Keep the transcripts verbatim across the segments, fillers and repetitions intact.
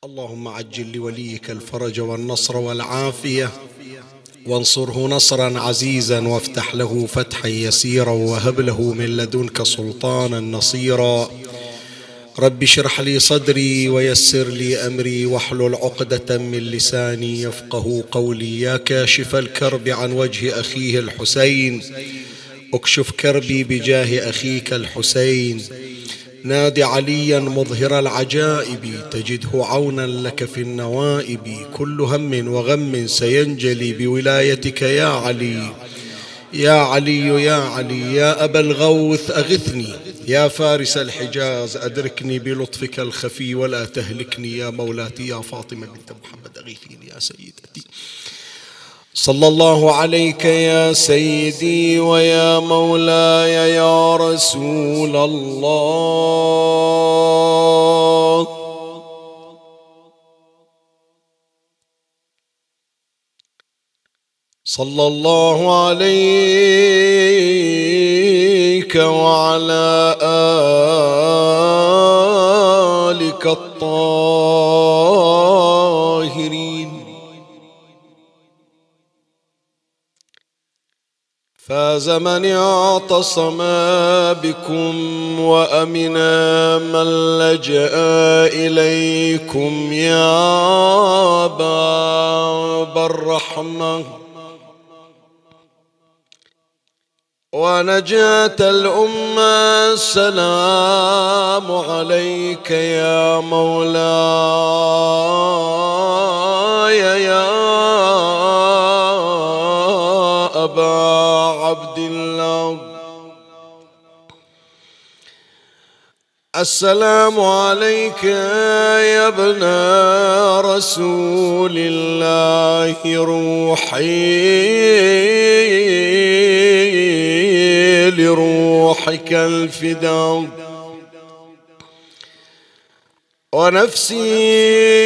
اللهم عجل لوليك الفرج والنصر والعافية، وانصره نصرا عزيزا، وافتح له فتحا يسيرا، وهب له من لدنك سلطانا نصيرا. رب اشرح لي صدري ويسر لي أمري واحلل عقدة من لساني يفقه قولي. يا كاشف الكرب عن وجه أخيه الحسين، اكشف كربي بجاه أخيك الحسين. نادي عليا مظهر العجائب، تجده عونا لك في النوائب. كل هم وغم سينجلي بولايتك يا علي. يا علي يا علي يا أبا الغوث أغثني، يا فارس الحجاز أدركني بلطفك الخفي ولا تهلكني. يا مولاتي يا فاطمة بنت محمد أغيثيني يا سيدتي. صلى الله عليك يا سيدي ويا مولاي يا رسول الله. صلى الله عليك وعلى آلك الطاهرين. فاز من اعتصم بكم وأمن من لجأ إليكم يا باب الرحمة، ونجاة الأمة. السلام عليك يا مولاي يا أبا عبد الله. السلام عليك يا ابن رسول الله، روحي لروحك الفداء، ونفسي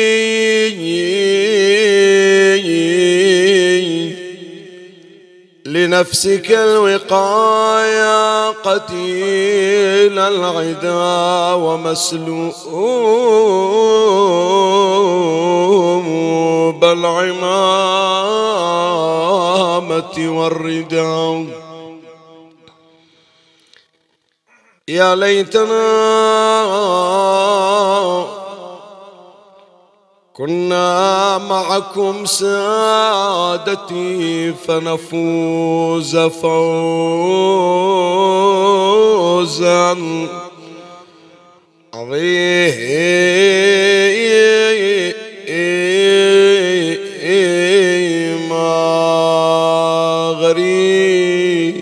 لنفسك الوقاية. قتيل العدا ومسلوب العمامة والرداء. يا ليتنا كنا معكم سادتي فنفوز فوزا عظيما غريب.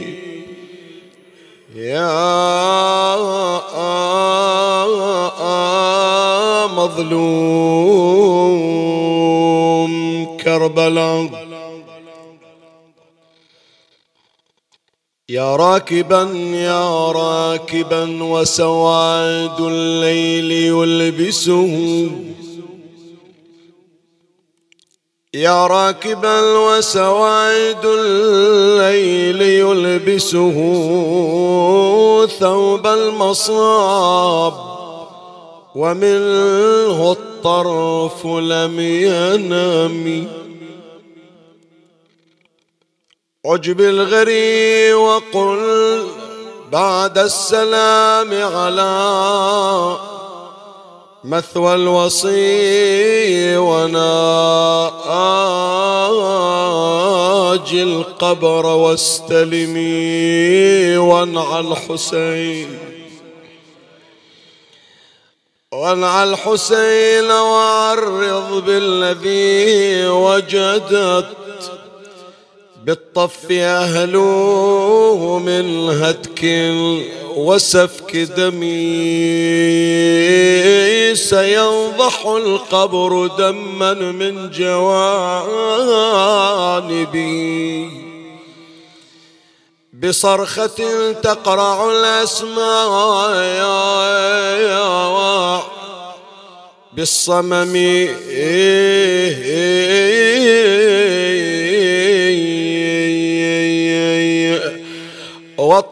يا مظلوم كربلاء، يا راكبا يا راكبا وسواد الليل يلبسه، يا راكبا وسواد الليل يلبسه ثوب المصاب، ومنه الطرف لم ينم. عجب الغري وقل بعد السلام على مثوى الوصي، وناجي القبر واستلمي وانعى الحسين، وانعى الحسين وعرض بالذي وجدت بالطف أهلوه من هتك وسفك دمي. سينضح القبر دما من جوانبي بصرخة تقرع الأسماء بالصمم،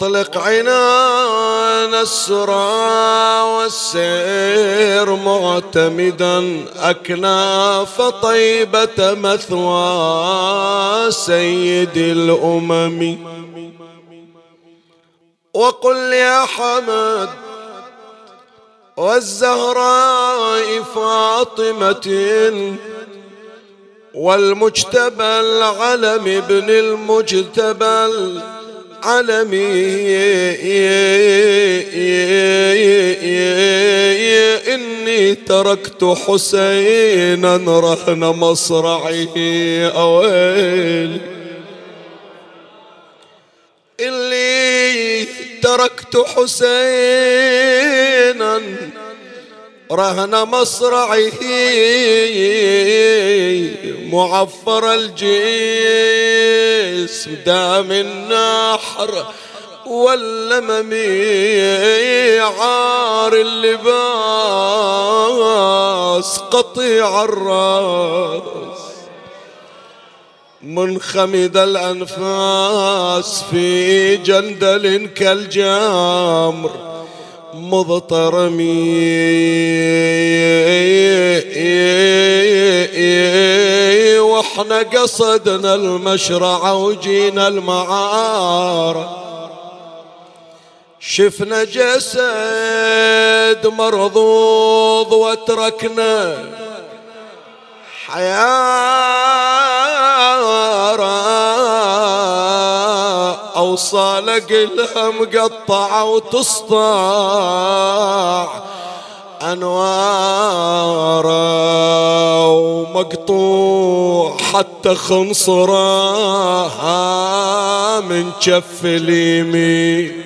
واطلق عنان السرى والسير معتمدا أكناف طيبة مثوى سيد الأمم. وقل يا حمد والزهراء فاطمة والمجتبى العلم ابن المجتبى العلمي إني تركت حسينا رهن مصرعه أويل. إني تركت حسينا رهن مصرعه معفر الجسم دام النحر واللمم عار اللباس قطيع الراس منخمد الأنفاس في جندل كالجمر مضطرمي واحنا قصدنا المشرع وجينا المعارة شفنا جسد مرضوض وتركنا حيارة أوصال قلها مقطعة وتصطاع أنوارا ومقطوع حتى خنصرها من جف اليمين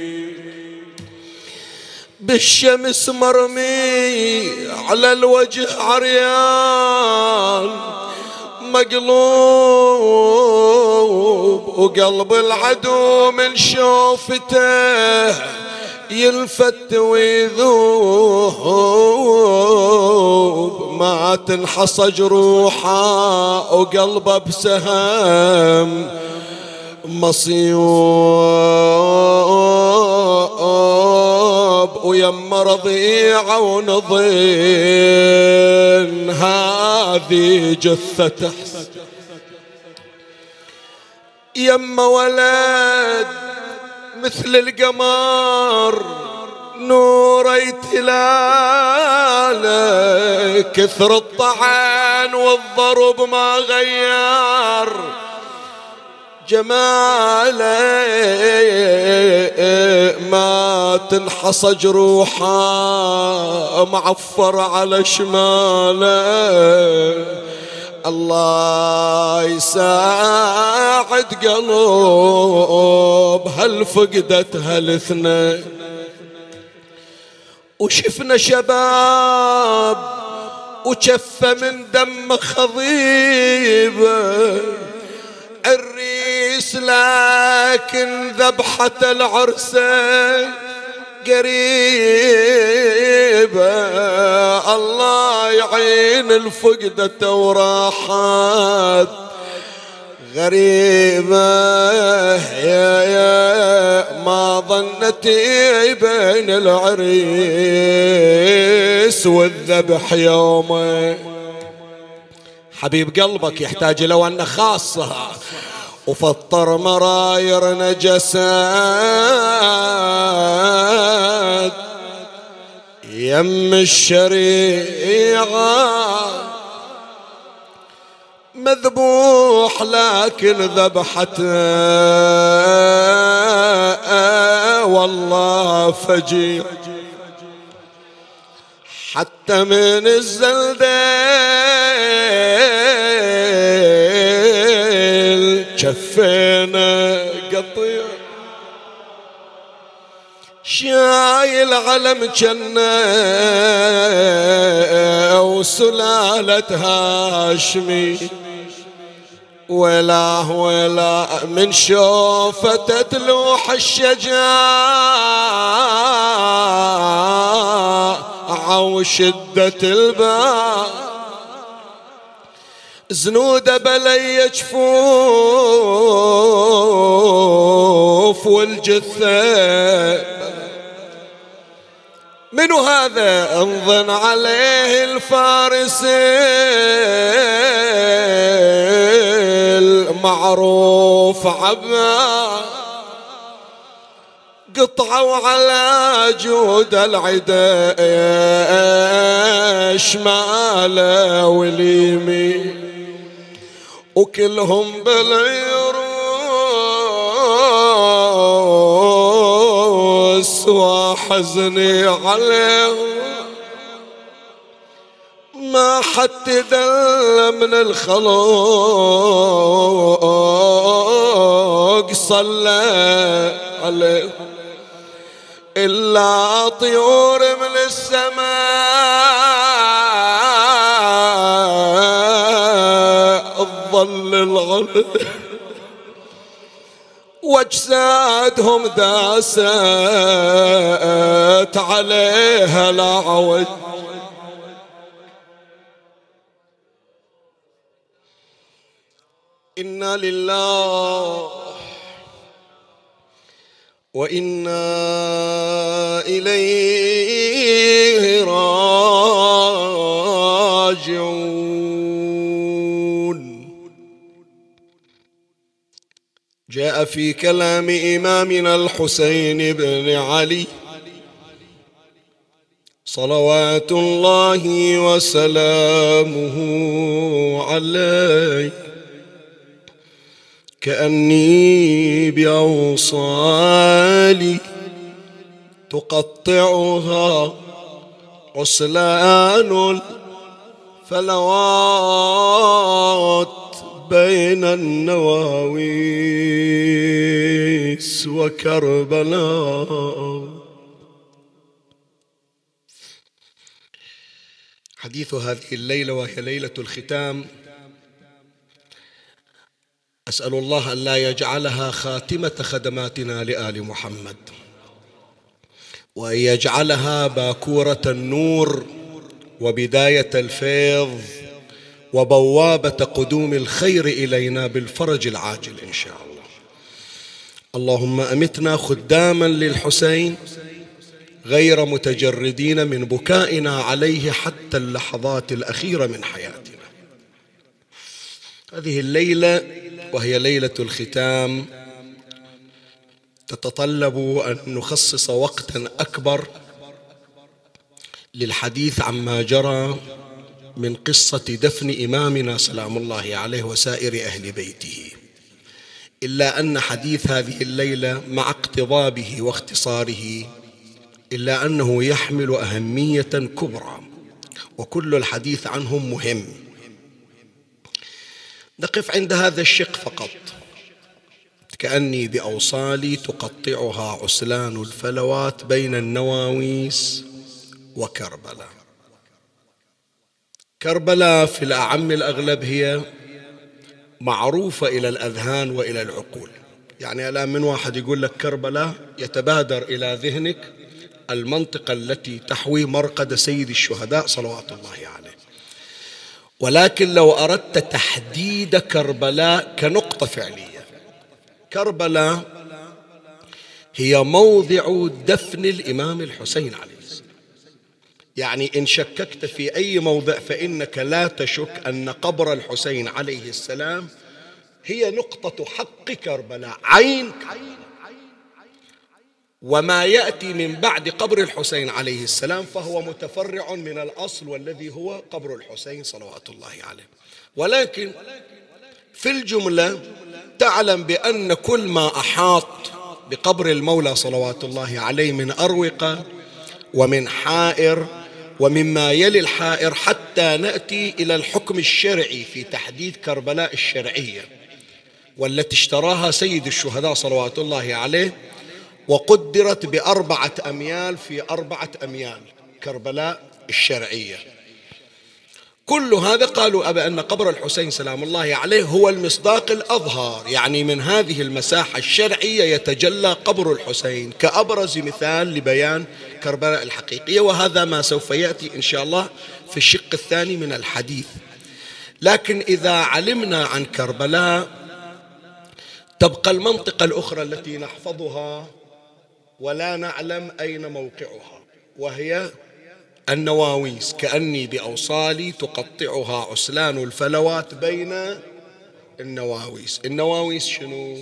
بالشمس مرمي على الوجه عريان مقلوب وقلب العدو من شوفته يلفت ويذوب ما تنحصى جروحه وقلبه بسهم مصيوب ويم رضيعه ونضين هذه جثته يم ولد مثل القمر نور تلاله كثر الطعن والضرب ما غير جماله ما تنحصى جروحه معفر على شماله الله يساعد قلوب هالفقدت هالاثنين. وشفنا شباب وشفة من دم خضيبه الريس لكن ذبحة العرسة قريبة الله يعين الفقدة وراحت غريبة يا يا ما ظنتي بين العريس والذبح يومه. حبيب قلبك يحتاج لو أن خاصة وفطر مراير نجسات يم الشريعة مذبوح لكن ذبحته والله فجيع حتى من الزلدل شفينا قطيع شايل علم جنة وسلالة هاشمي ولا ولا من شوفة تلوح الشجاعة وشدة الباء زنود بلي يجفون الجروف والجثة. منو هذا؟ انظن عليه الفارس المعروف عباس، قطعوا على جود العدا شماله واليمين، وكلهم بالعروس وحزني عليهم، ما حد دل من الخلق صلى عليه إلا طيور من السماء تظلل عليه، واجسادهم داست عليها العوج. إنا لله وإنا إليه راجعون. جاء في كلام إمامنا الحسين بن علي صلوات الله وسلامه عليه: كأني بأوصالي تقطعها عسلان الفلوات بين النواويس وكربلاء. حديث هذه الليلة وهي ليلة الختام، أسأل الله أن لا يجعلها خاتمة خدماتنا لآل محمد، وأن يجعلها باكورة النور وبداية الفيض وبوابة قدوم الخير إلينا بالفرج العاجل إن شاء الله. اللهم أمتنا خداما للحسين غير متجردين من بكائنا عليه حتى اللحظات الأخيرة من حياتنا. هذه الليلة وهي ليلة الختام تتطلب أن نخصص وقتا أكبر للحديث عما جرى من قصة دفن إمامنا سلام الله عليه وسائر أهل بيته، إلا أن حديث هذه الليلة مع اقتضابه واختصاره إلا أنه يحمل أهمية كبرى، وكل الحديث عنهم مهم. نقف عند هذا الشق فقط: كأني بأوصالي تقطعها عسلان الفلوات بين النواويس وكربلاء. كربلاء في الأعم الأغلب هي معروفة إلى الأذهان وإلى العقول، يعني الآن من واحد يقول لك كربلاء يتبادر إلى ذهنك المنطقة التي تحوي مرقد سيد الشهداء صلوات الله عليه. ولكن لو أردت تحديد كربلاء كنقطة فعلية، كربلاء هي موضع دفن الإمام الحسين عليه السلام. يعني إن شككت في أي موضع فإنك لا تشك أن قبر الحسين عليه السلام هي نقطة حق كربلاء، عين. وما يأتي من بعد قبر الحسين عليه السلام فهو متفرع من الأصل والذي هو قبر الحسين صلوات الله عليه. ولكن في الجملة تعلم بأن كل ما أحاط بقبر المولى صلوات الله عليه من أروقة ومن حائر ومما يلي الحائر، حتى نأتي إلى الحكم الشرعي في تحديد كربلاء الشرعية والتي اشتراها سيد الشهداء صلوات الله عليه، وقدرت بأربعة أميال في أربعة أميال كربلاء الشرعية. كل هذا قالوا أبا أن قبر الحسين سلام الله عليه هو المصداق الأظهر، يعني من هذه المساحة الشرعية يتجلى قبر الحسين كأبرز مثال لبيان كربلاء الحقيقية، وهذا ما سوف يأتي إن شاء الله في الشق الثاني من الحديث. لكن إذا علمنا عن كربلاء تبقى المنطقة الأخرى التي نحفظها ولا نعلم أين موقعها، وهي النواويس. كأني بأوصالي تقطعها عسلان الفلوات بين النواويس. النواويس شنو؟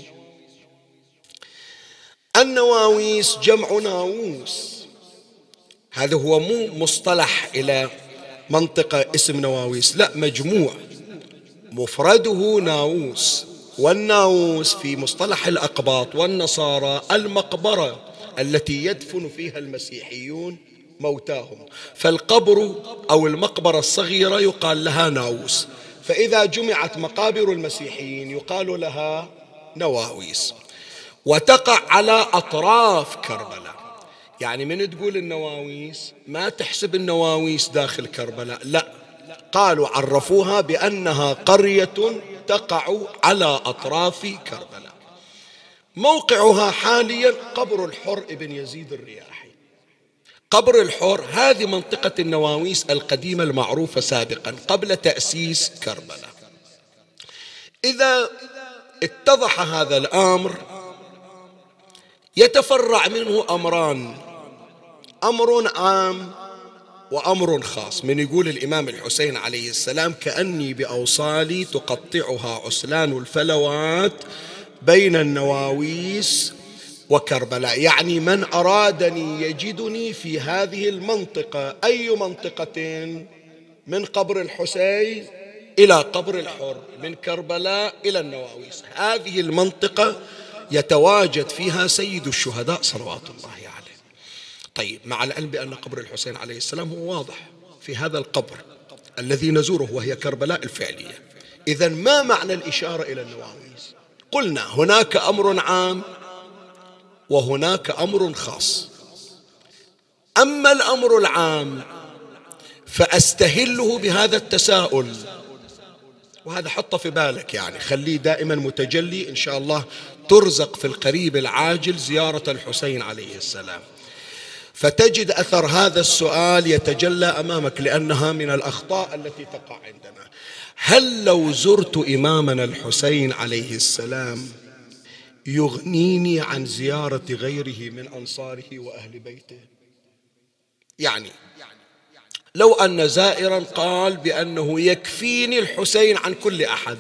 النواويس جمع ناووس، هذا هو مو مصطلح إلى منطقة اسم نواويس، لا، مجموع مفرده ناووس. والناووس في مصطلح الأقباط والنصارى المقبرة التي يدفن فيها المسيحيون موتاهم، فالقبر أو المقبرة الصغيرة يقال لها ناووس، فإذا جمعت مقابر المسيحيين يقال لها نواويس، وتقع على أطراف كربلاء. يعني من تقول النواويس ما تحسب النواويس داخل كربلاء، لا، قالوا عرفوها بأنها قرية تقع على أطراف كربلاء. موقعها حاليا قبر الحر ابن يزيد الرياحي. قبر الحر هذه منطقة النواويس القديمة المعروفة سابقا قبل تأسيس كربلاء. إذا اتضح هذا الأمر يتفرع منه أمران، أمر عام وأمر خاص. من يقول الإمام الحسين عليه السلام كأني بأوصالي تقطعها عسلان الفلوات بين النواويس وكربلاء، يعني من أرادني يجدني في هذه المنطقة. أي منطقة؟ من قبر الحسين إلى قبر الحر، من كربلاء إلى النواويس، هذه المنطقة يتواجد فيها سيد الشهداء صلوات الله عليه. طيب، مع العلم بأن قبر الحسين عليه السلام هو واضح في هذا القبر الذي نزوره وهي كربلاء الفعلية، إذن ما معنى الإشارة إلى النواويس؟ قلنا هناك أمر عام وهناك أمر خاص. أما الأمر العام فأستهله بهذا التساؤل، وهذا حطه في بالك، يعني خليه دائما متجلي، إن شاء الله ترزق في القريب العاجل زيارة الحسين عليه السلام، فتجد أثر هذا السؤال يتجلى أمامك، لأنها من الأخطاء التي تقع عندنا. هل لو زرت إمامنا الحسين عليه السلام يغنيني عن زيارة غيره من أنصاره وأهل بيته؟ يعني لو أن زائرا قال بأنه يكفيني الحسين عن كل أحد،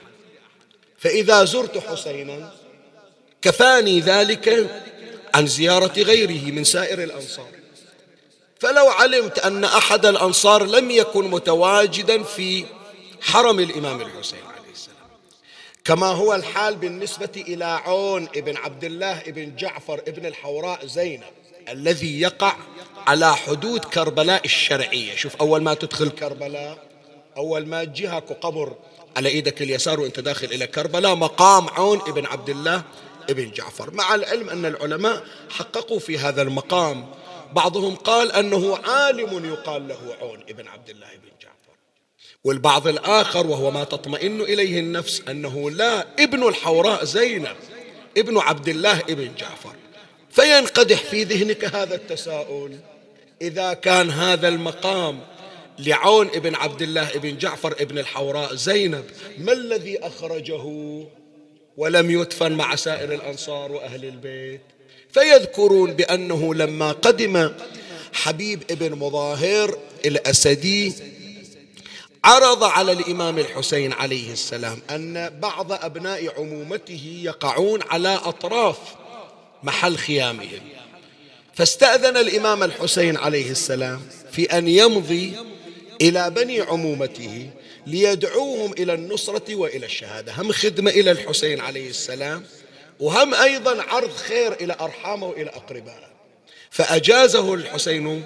فإذا زرت حسينا كفاني ذلك عن زيارة غيره من سائر الأنصار. فلو علمت أن أحد الأنصار لم يكن متواجدا في حرم الإمام الحسين عليه السلام، كما هو الحال بالنسبة إلى عون ابن عبد الله ابن جعفر ابن الحوراء زينب الذي يقع على حدود كربلاء الشرعية. شوف، أول ما تدخل كربلاء، أول ما تجيهك قبر على إيدك اليسار وأنت داخل إلى كربلاء مقام عون ابن عبد الله ابن جعفر، مع العلم أن العلماء حققوا في هذا المقام. بعضهم قال أنه عالم يقال له عون ابن عبد الله ابن جعفر، والبعض الآخر وهو ما تطمئن إليه النفس أنه لا، ابن الحوراء زينب ابن عبد الله ابن جعفر. فينقدح في ذهنك هذا التساؤل، إذا كان هذا المقام لعون ابن عبد الله ابن جعفر ابن الحوراء زينب، ما الذي أخرجه ولم يدفن مع سائر الأنصار وأهل البيت؟ فيذكرون بأنه لما قدم حبيب ابن مظاهر الأسدي عرض على الإمام الحسين عليه السلام أن بعض أبناء عمومته يقعون على أطراف محل خيامهم، فاستأذن الإمام الحسين عليه السلام في أن يمضي إلى بني عمومته ليدعوهم إلى النصرة وإلى الشهادة، هم خدمة إلى الحسين عليه السلام وهم أيضا عرض خير إلى أرحامه وإلى أقربائه. فأجازه الحسين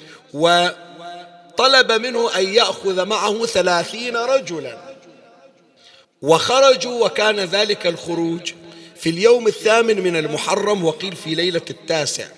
وطلب منه أن يأخذ معه ثلاثين رجلا، وخرجوا، وكان ذلك الخروج في اليوم الثامن من المحرم، وقيل في ليلة التاسع.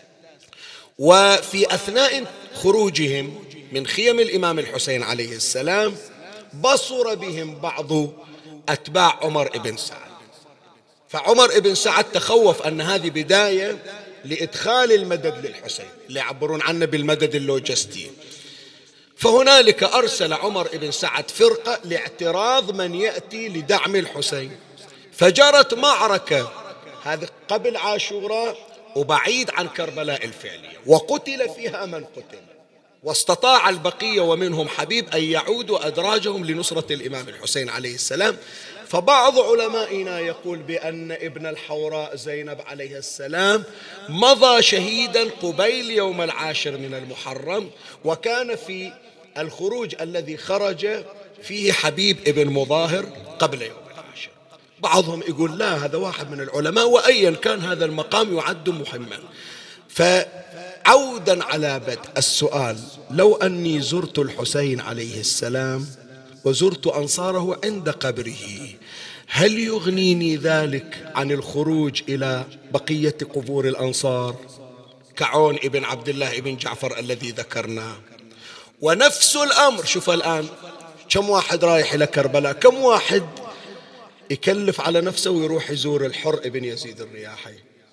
وفي أثناء خروجهم من خيم الإمام الحسين عليه السلام بصر بهم بعض أتباع عمر بن سعد، فعمر بن سعد تخوف أن هذه بداية لإدخال المدد للحسين اللي يعبرون عنه بالمدد اللوجستي. فهنالك أرسل عمر بن سعد فرقة لاعتراض من يأتي لدعم الحسين، فجرت معركة، هذه قبل عاشوراء وبعيد عن كربلاء الفعلية، وقتل فيها من قتل، واستطاع البقية ومنهم حبيب أن يعودوا أدراجهم لنصرة الإمام الحسين عليه السلام. فبعض علمائنا يقول بأن ابن الحوراء زينب عليه السلام مضى شهيدا قبيل يوم العاشر من المحرم، وكان في الخروج الذي خرج فيه حبيب ابن مظاهر قبل يوم العاشر. بعضهم يقول لا، هذا واحد من العلماء، وأيا كان هذا المقام يعد مهما. فعودا على بدء السؤال، لو أني زرت الحسين عليه السلام وزرت أنصاره عند قبره، هل يغنيني ذلك عن الخروج إلى بقية قبور الأنصار كعون ابن عبد الله ابن جعفر الذي ذكرناه؟ ونفس الأمر، شوف الآن كم واحد رايح إلى كربلاء، كم واحد يكلف على نفسه ويروح يزور الحر ابن يزيد الرياحي؟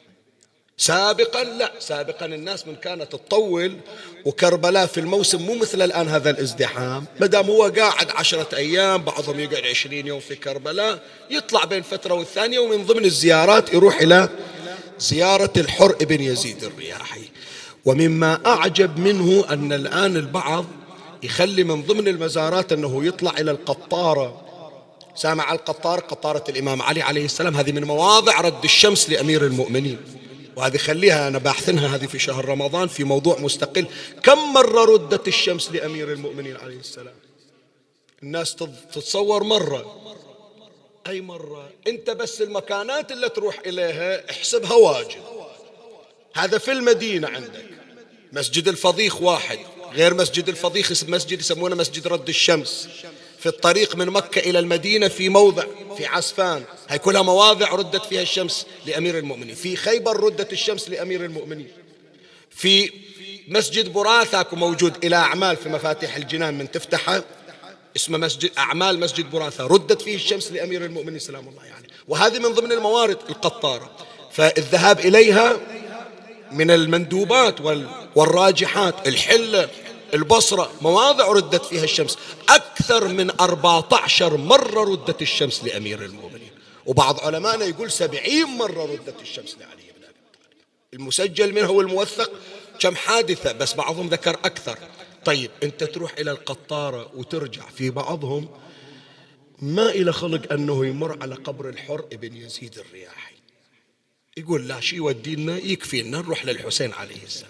سابقا لا، سابقا الناس من كانت تطول، وكربلاء في الموسم مو مثل الآن هذا الازدحام. مدام هو قاعد عشرة أيام، بعضهم يقعد عشرين يوم في كربلاء، يطلع بين فترة والثانية، ومن ضمن الزيارات يروح إلى زيارة الحر ابن يزيد الرياحي. ومما أعجب منه أن الآن البعض يخلي من ضمن المزارات أنه يطلع إلى القطارة. سامع القطارة؟ قطارة الإمام علي عليه السلام، هذه من مواضع رد الشمس لأمير المؤمنين، وهذه خليها أنا باحثنها هذه في شهر رمضان في موضوع مستقل. كم مرة ردت الشمس لأمير المؤمنين عليه السلام؟ الناس تتصور مرة، أي مرة؟ أنت بس المكانات اللي تروح إليها احسبها واجد. هذا في المدينة عندك مسجد الفضيخ واحد، غير مسجد الفضيخ اسم مسجد يسمونه مسجد رد الشمس. في الطريق من مكة إلى المدينة في موضع في عسفان، هاي كلها مواضع ردت فيها الشمس لأمير المؤمنين. في خيبر ردت الشمس لأمير المؤمنين. في مسجد براثة موجود إلى أعمال في مفاتيح الجنان من تفتحه، اسمه مسجد أعمال مسجد براثة، ردت فيه الشمس لأمير المؤمنين سلام الله يعني. وهذه من ضمن الموارد القطارة، فالذهاب إليها من المندوبات والراجحات. الحلة، البصرة، مواضع ردت فيها الشمس. أكثر من أربعة عشر مرة ردت الشمس لأمير المؤمنين، وبعض علمائنا يقول سبعين مرة ردت الشمس لعلي بن أبي طالب. المسجل منه والموثق كم حادثة، بس بعضهم ذكر أكثر. طيب أنت تروح إلى القطارة وترجع، في بعضهم ما إلى خلق أنه يمر على قبر الحر ابن يزيد الرياحي، يقول لا شيء يودينا، يكفينا نروح للحسين عليه السلام.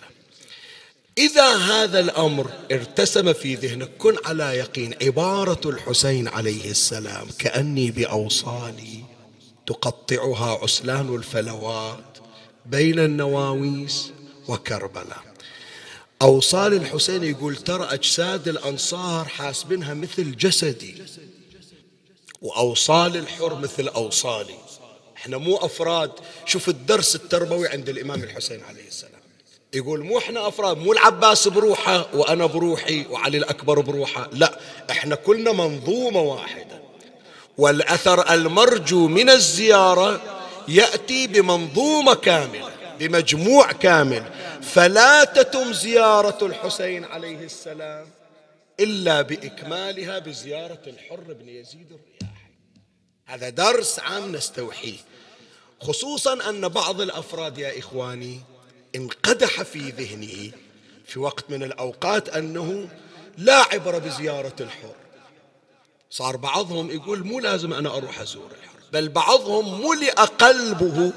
إذا هذا الأمر ارتسم في ذهنك، كن على يقين عبارة الحسين عليه السلام كأني بأوصالي تقطعها عسلان الفلوات بين النواويس وكربلاء. أوصال الحسين يقول ترى أجساد الأنصار حاسبينها مثل جسدي، وأوصال الحر مثل أوصالي. احنا مو أفراد. شوف الدرس التربوي عند الإمام الحسين عليه السلام، يقول مو احنا أفراد، مو العباس بروحه وأنا بروحي وعلي الأكبر بروحه، لا، احنا كلنا منظومة واحدة. والأثر المرجو من الزيارة يأتي بمنظومة كاملة، بمجموع كامل. فلا تتم زيارة الحسين عليه السلام إلا بإكمالها بزيارة الحر بن يزيد الرياحي. هذا درس عام نستوحيه، خصوصا أن بعض الأفراد يا إخواني انقدح في ذهنه في وقت من الأوقات أنه لا عبرة بزيارة الحر. صار بعضهم يقول مو لازم أنا أروح أزور الحر، بل بعضهم ملئ قلبه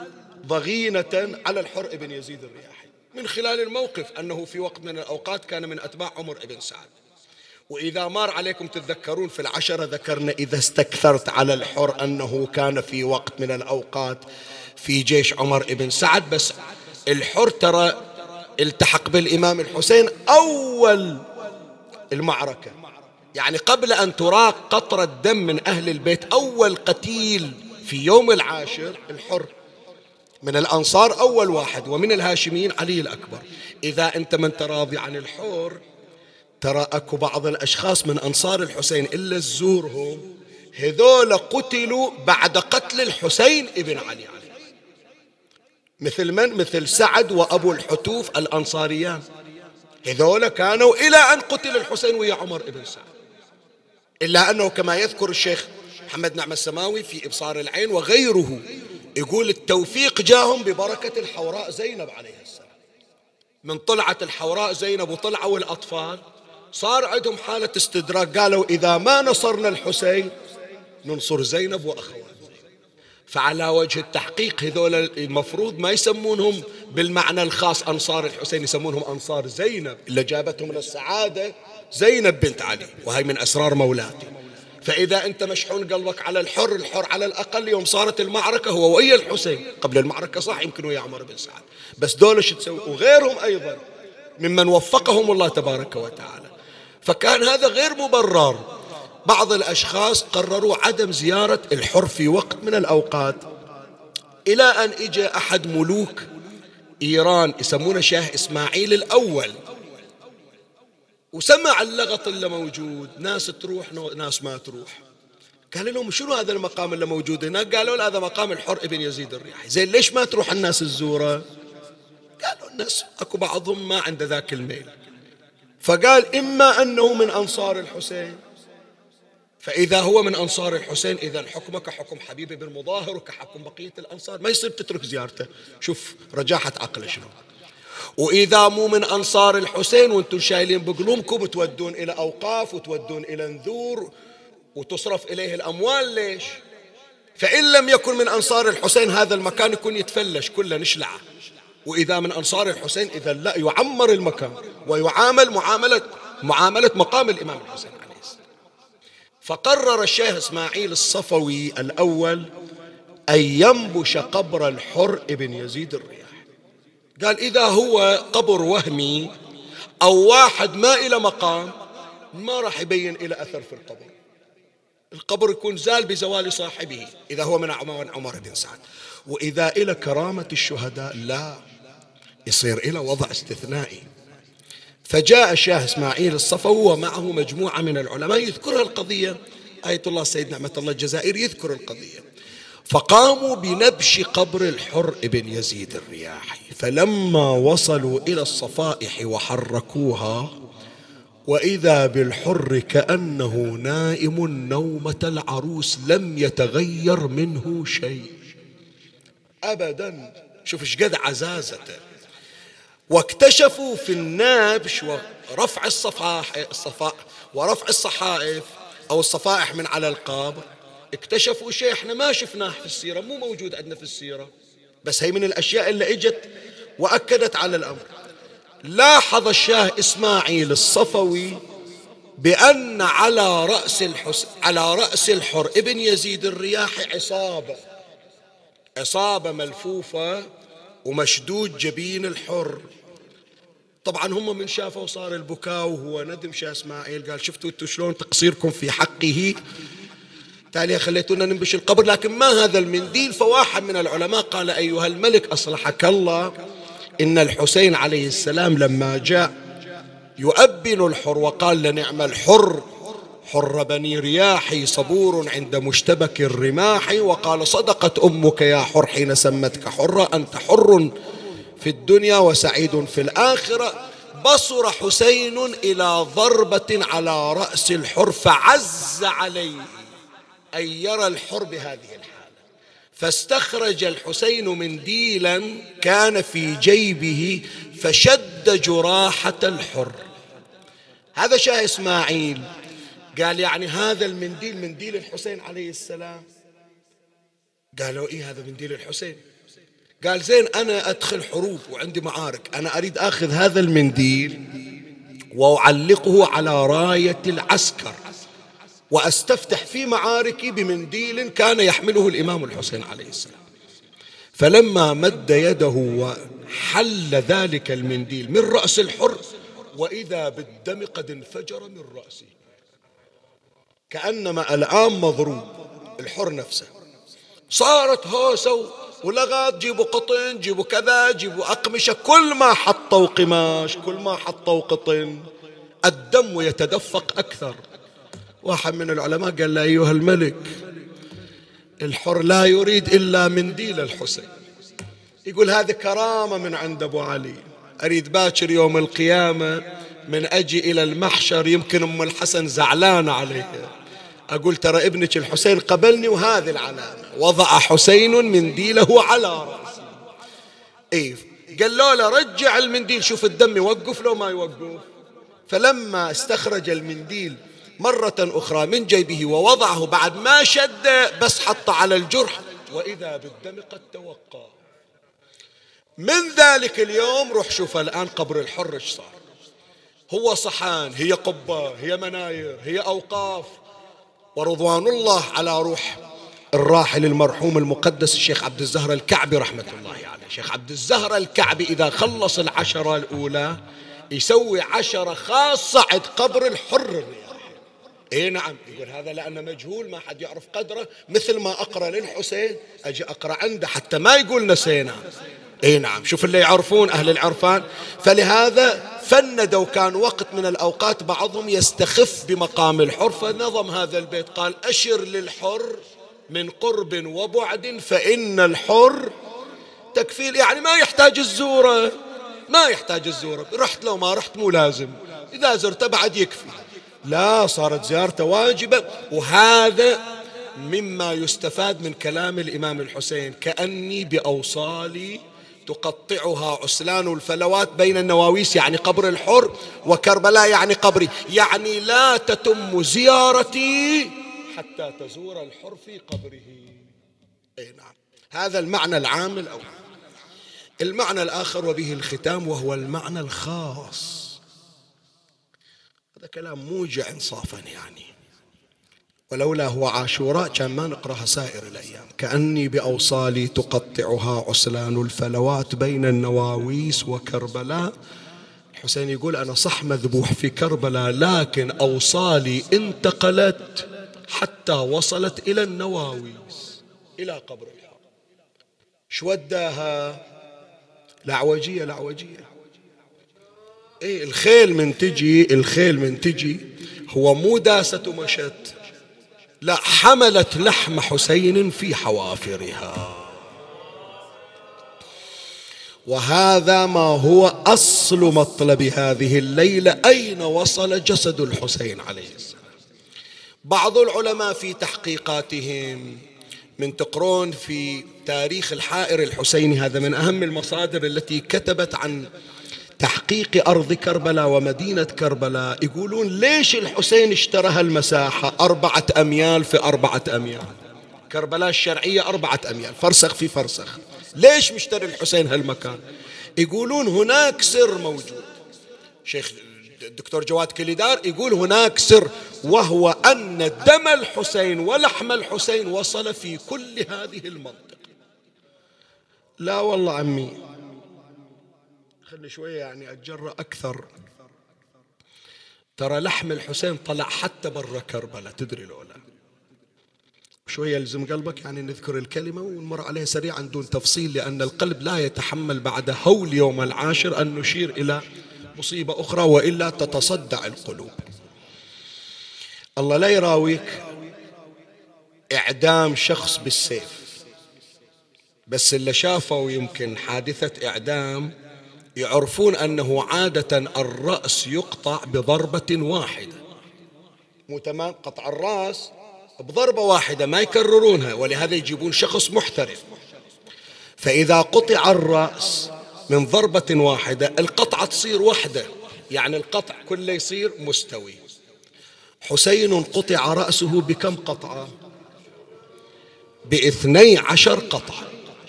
ضغينة على الحر ابن يزيد الرياحي من خلال الموقف أنه في وقت من الأوقات كان من أتباع عمر بن سعد. وإذا مر عليكم تتذكرون في العشرة ذكرنا إذا استكثرت على الحر أنه كان في وقت من الأوقات في جيش عمر بن سعد. بس الحر ترى التحق بالإمام الحسين أول المعركة، يعني قبل أن تراق قطرة دم من أهل البيت، أول قتيل في يوم العاشر الحر من الأنصار، أول واحد، ومن الهاشميين علي الأكبر. إذا أنت من تراضي عن الحر، ترى أكو بعض الأشخاص من أنصار الحسين إلا تزورهم هذول قتلوا بعد قتل الحسين ابن علي عليه، مثل من؟ مثل سعد وأبو الحتوف الأنصاريان، هذول كانوا إلى أن قتل الحسين ويا عمر ابن سعد. إلا أنه كما يذكر الشيخ محمد نعم السماوي في إبصار العين وغيره يقول التوفيق جاهم ببركة الحوراء زينب عليه السلام. من طلعت الحوراء زينب وطلعوا الأطفال صار عندهم حالة استدراك، قالوا إذا ما نصرنا الحسين ننصر زينب وأخوات. فعلى وجه التحقيق هذول المفروض ما يسمونهم بالمعنى الخاص أنصار الحسين، يسمونهم أنصار زينب اللي جابتهم من السعادة زينب بنت علي، وهي من أسرار مولاتي. فإذا أنت مشحون قلبك على الحر، الحر على الأقل يوم صارت المعركة هو ويا الحسين. قبل المعركة صح يمكن ويا عمر بن سعد، بس دول شو تسوي؟ وغيرهم أيضا ممن وفقهم الله تبارك وتعالى. فكان هذا غير مبرر. بعض الأشخاص قرروا عدم زيارة الحر في وقت من الأوقات، إلى أن إجى أحد ملوك إيران يسمونه شاه إسماعيل الأول، وسمع اللغط اللي موجود، ناس تروح ناس ما تروح. قال لهم شنو هذا المقام اللي موجود هناك؟ قالوا له هذا مقام الحر ابن يزيد الرياحي. زين ليش ما تروح الناس تزوره؟ قالوا الناس أكو بعضهم ما عنده ذاك الميل. فقال إما أنه من أنصار الحسين، فإذا هو من أنصار الحسين إذا حكمه كحكم حبيب بن مظاهر وكحكم بقية الأنصار، ما يصير تترك زيارته. شوف رجاحة عقله شنو. وإذا مو من أنصار الحسين وأنتم شايلين بقلومكم تودون إلى أوقاف وتودون إلى نذور وتصرف إليه الأموال، ليش؟ فإن لم يكن من أنصار الحسين هذا المكان يكون يتفلش كله نشلعه، وإذا من أنصار الحسين إذا لا يعمر المكان ويعامل معاملة معاملة مقام الإمام الحسين عليه السلام. فقرر الشيخ إسماعيل الصفوي الأول أن ينبش قبر الحر ابن يزيد الرياحي. قال إذا هو قبر وهمي أو واحد ما إلى مقام ما راح يبين إلى أثر في القبر، القبر يكون زال بزوال صاحبه إذا هو من عمر بن سعد. وإذا إلى كرامة الشهداء لا، يصير إلى وضع استثنائي. فجاء الشاه إسماعيل الصفوي ومعه مجموعة من العلماء يذكرها القضية، آية الله سيد نعمة الله الجزائري يذكر القضية. فقاموا بنبش قبر الحر ابن يزيد الرياحي. فلما وصلوا إلى الصفائح وحركوها وإذا بالحر كأنه نائم نومة العروس لم يتغير منه شيء أبدا. شوف ايش قد عزازته. واكتشفوا في النبش ورفع الصفائح الصفا ورفع الصحائف أو الصفائح من على القبر، اكتشفوا شيء احنا ما شفناه في السيرة، مو موجود عندنا في السيرة، بس هي من الأشياء اللي اجت وأكدت على الأمر. لاحظ الشاه إسماعيل الصفوي بأن على رأس الحس... على رأس الحر ابن يزيد الرياحي عصابة عصابة ملفوفة ومشدود جبين الحر. طبعا هم من شافوا صار البكاء وهو ندم. شاه إسماعيل قال شفتوا انتم شلون تقصيركم في حقه، تالي خليتونا ننبش القبر لكن ما هذا المنديل. فواحد من العلماء قال أيها الملك أصلحك الله، إن الحسين عليه السلام لما جاء يؤبن الحر وقال لنعم الحر حر بني رياحي صبور عند مشتبك الرماح، وقال صدقت أمك يا حر حين سمتك حرة، أنت حر في الدنيا وسعيد في الآخرة. بصر حسين إلى ضربة على رأس الحر فعز عليه أن يرى الحر بهذه الحالة، فاستخرج الحسين منديلا كان في جيبه فشد جراحة الحر. هذا شاه إسماعيل قال يعني هذا المنديل منديل الحسين عليه السلام؟ قالوا إيه هذا منديل الحسين. قال زين أنا أدخل حروب وعندي معارك، أنا أريد أخذ هذا المنديل وأعلقه على راية العسكر وأستفتح في معاركي بمنديل كان يحمله الإمام الحسين عليه السلام. فلما مد يده وحل ذلك المنديل من رأس الحر وإذا بالدم قد انفجر من رأسه، كأنما الآن مضروب الحر نفسه. صارت هوسة ولغات، جيبوا قطن جيبوا كذا جيبوا أقمشة، كل ما حطوا قماش كل ما حطوا قطن الدم يتدفق أكثر. واحد من العلماء قال له أيها الملك الحر لا يريد إلا منديل الحسين، يقول هذه كرامة من عند أبو علي، أريد باكر يوم القيامة من أجي إلى المحشر يمكن أم الحسن زعلانة عليه، أقول ترى ابنك الحسين قبلني وهذه العلامة. وضع حسين منديله على رأسه. إيه قال له رجع المنديل شوف الدم يوقف لو ما يوقف. فلما استخرج المنديل مرة أخرى من جيبه ووضعه بعد ما شد بس حط على الجرح وإذا بالدم قد توقى. من ذلك اليوم روح شوف الآن قبر الحر ايش صار. هو صحان، هي قبة، هي مناير، هي أوقاف. ورضوان الله على روح الراحل المرحوم المقدس الشيخ عبد الزهر الكعبي رحمة الله عليه. الشيخ عبد الزهر الكعبي إذا خلص العشرة الأولى يسوي عشرة خاصة عند قبر الحر الرياحي. اي نعم، يقول هذا لأنه مجهول ما حد يعرف قدره، مثل ما أقرأ للحسين أجي أقرأ عنده حتى ما يقول نسينا. اي نعم، شوف اللي يعرفون أهل العرفان. فلهذا فندوا، كان وقت من الأوقات بعضهم يستخف بمقام الحر فنظم هذا البيت، قال أشر للحر من قرب وبعد فإن الحر تكفيل. يعني ما يحتاج الزورة، ما يحتاج الزورة، رحت لو ما رحت مو لازم، إذا زرت بعد يكفي. لا، صارت زيارته واجبة. وهذا مما يستفاد من كلام الإمام الحسين: كأني بأوصالي تقطعها عسلان الفلوات بين النواويس، يعني قبر الحر، وكربلاء يعني قبري، يعني لا تتم زيارتي حتى تزور الحر في قبره. أي نعم، هذا المعنى العام الأول. المعنى الآخر وبه الختام وهو المعنى الخاص. هذا كلام موجع إنصافا يعني، ولولا هو عاشوراء كان ما نقرأها سائر الأيام. كأني بأوصالي تقطعها عسلان الفلوات بين النواويس وكربلاء. الحسين يقول أنا صح مذبوح في كربلاء، لكن أوصالي انتقلت حتى وصلت إلى النواويس، إلى قبر الحق. شو وداها؟ لعوجية، لعوجية. إيه الخيل من تجي، الخيل من تجي هو مو داست ومشت، لا، حملت لحم حسين في حوافرها. وهذا ما هو أصل مطلب هذه الليلة: أين وصل جسد الحسين عليه السلام؟ بعض العلماء في تحقيقاتهم، من تقرون في تاريخ الحائر الحسيني، هذا من أهم المصادر التي كتبت عن تحقيق أرض كربلاء ومدينة كربلاء، يقولون ليش الحسين اشترى هالمساحة أربعة أميال في أربعة أميال؟ كربلاء الشرعية أربعة أميال، فرسخ في فرسخ. ليش مشتري الحسين هالمكان؟ يقولون هناك سر موجود. شيخ الدكتور جواد كليدار يقول هناك سر، وهو أن دم الحسين ولحم الحسين وصل في كل هذه المنطقة. لا والله عمي، خلي شوية يعني أتجرأ أكثر. ترى لحم الحسين طلع حتى برا كربلاء، تدري لولا؟ شوية يلزم قلبك يعني نذكر الكلمة ونمر عليها سريعا دون تفصيل، لأن القلب لا يتحمل بعد هول يوم العاشر أن نشير إلى مصيبة أخرى، وإلا تتصدع القلوب. الله لا يراويك إعدام شخص بالسيف، بس اللي شافوا يمكن حادثة إعدام يعرفون أنه عادة الرأس يقطع بضربة واحدة، مو تمام؟ قطع الرأس بضربة واحدة ما يكررونها، ولهذا يجيبون شخص محترف. فإذا قطع الرأس من ضربة واحدة القطعة تصير واحدة، يعني القطع كله يصير مستوي. حسين قطع رأسه بكم قطعة؟ باثني عشر قطعة.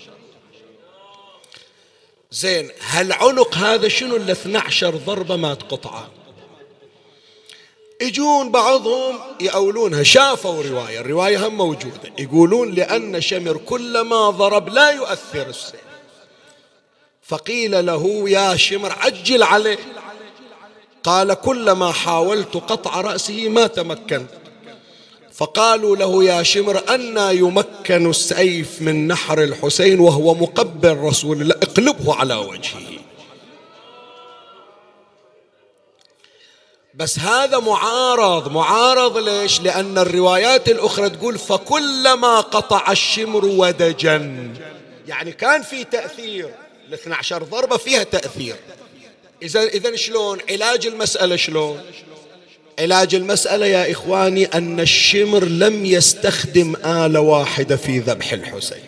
زين، هالعنق هذا شنو اللي اثني عشر ضربة ما تقطعه؟ يجون بعضهم يأولونها، شافوا رواية، الرواية هم موجودة، يقولون لأن شمر كلما ضرب لا يؤثر السيف، فقيل له يا شمر عجل عليه، قال كلما حاولت قطع رأسه ما تمكنت. فقالوا له يا شمر أنا يمكن السيف من نحر الحسين وهو مقبل رسول الله، اقلبه على وجهه. بس هذا معارض، معارض ليش؟ لأن الروايات الأخرى تقول فكلما قطع الشمر ودجا، يعني كان في تأثير، الاثنى عشر ضربة فيها تأثير. إذا إذا شلون علاج المسألة؟ شلون؟ علاج المسألة يا إخواني أن الشمر لم يستخدم آلة واحدة في ذبح الحسين.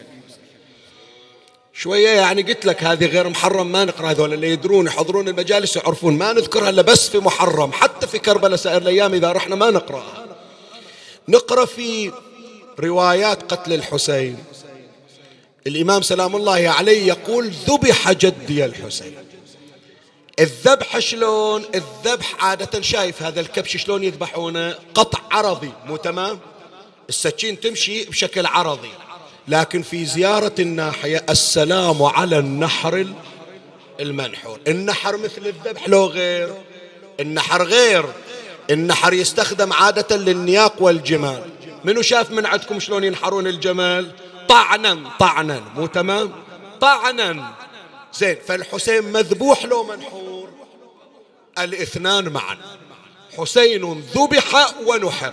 شوية يعني قلت لك هذه غير محرم ما نقرأ، هذول اللي يدرون يحضرون المجالس يعرفون ما نذكرها إلا بس في محرم. حتى في كربلاء سائر الأيام إذا رحنا ما نقرأها، نقرأ في روايات قتل الحسين. الإمام سلام الله عليه يقول ذبح جدي الحسين. الذبح شلون؟ الذبح عادة شايف هذا الكبش شلون يذبحونه؟ قطع عرضي، مو تمام؟ السكين تمشي بشكل عرضي، لكن في زيارة الناحية السلام على النحر المنحور. النحر مثل الذبح لو غير؟ النحر غير. النحر يستخدم عادة للنياق والجمال. منو شاف من عندكم شلون ينحرون الجمال؟ طعنا طعنا، مو تمام؟ طعنا. زين، فالحسين مذبوح لو منحور؟ الاثنان معا. حسين ذبح ونحر.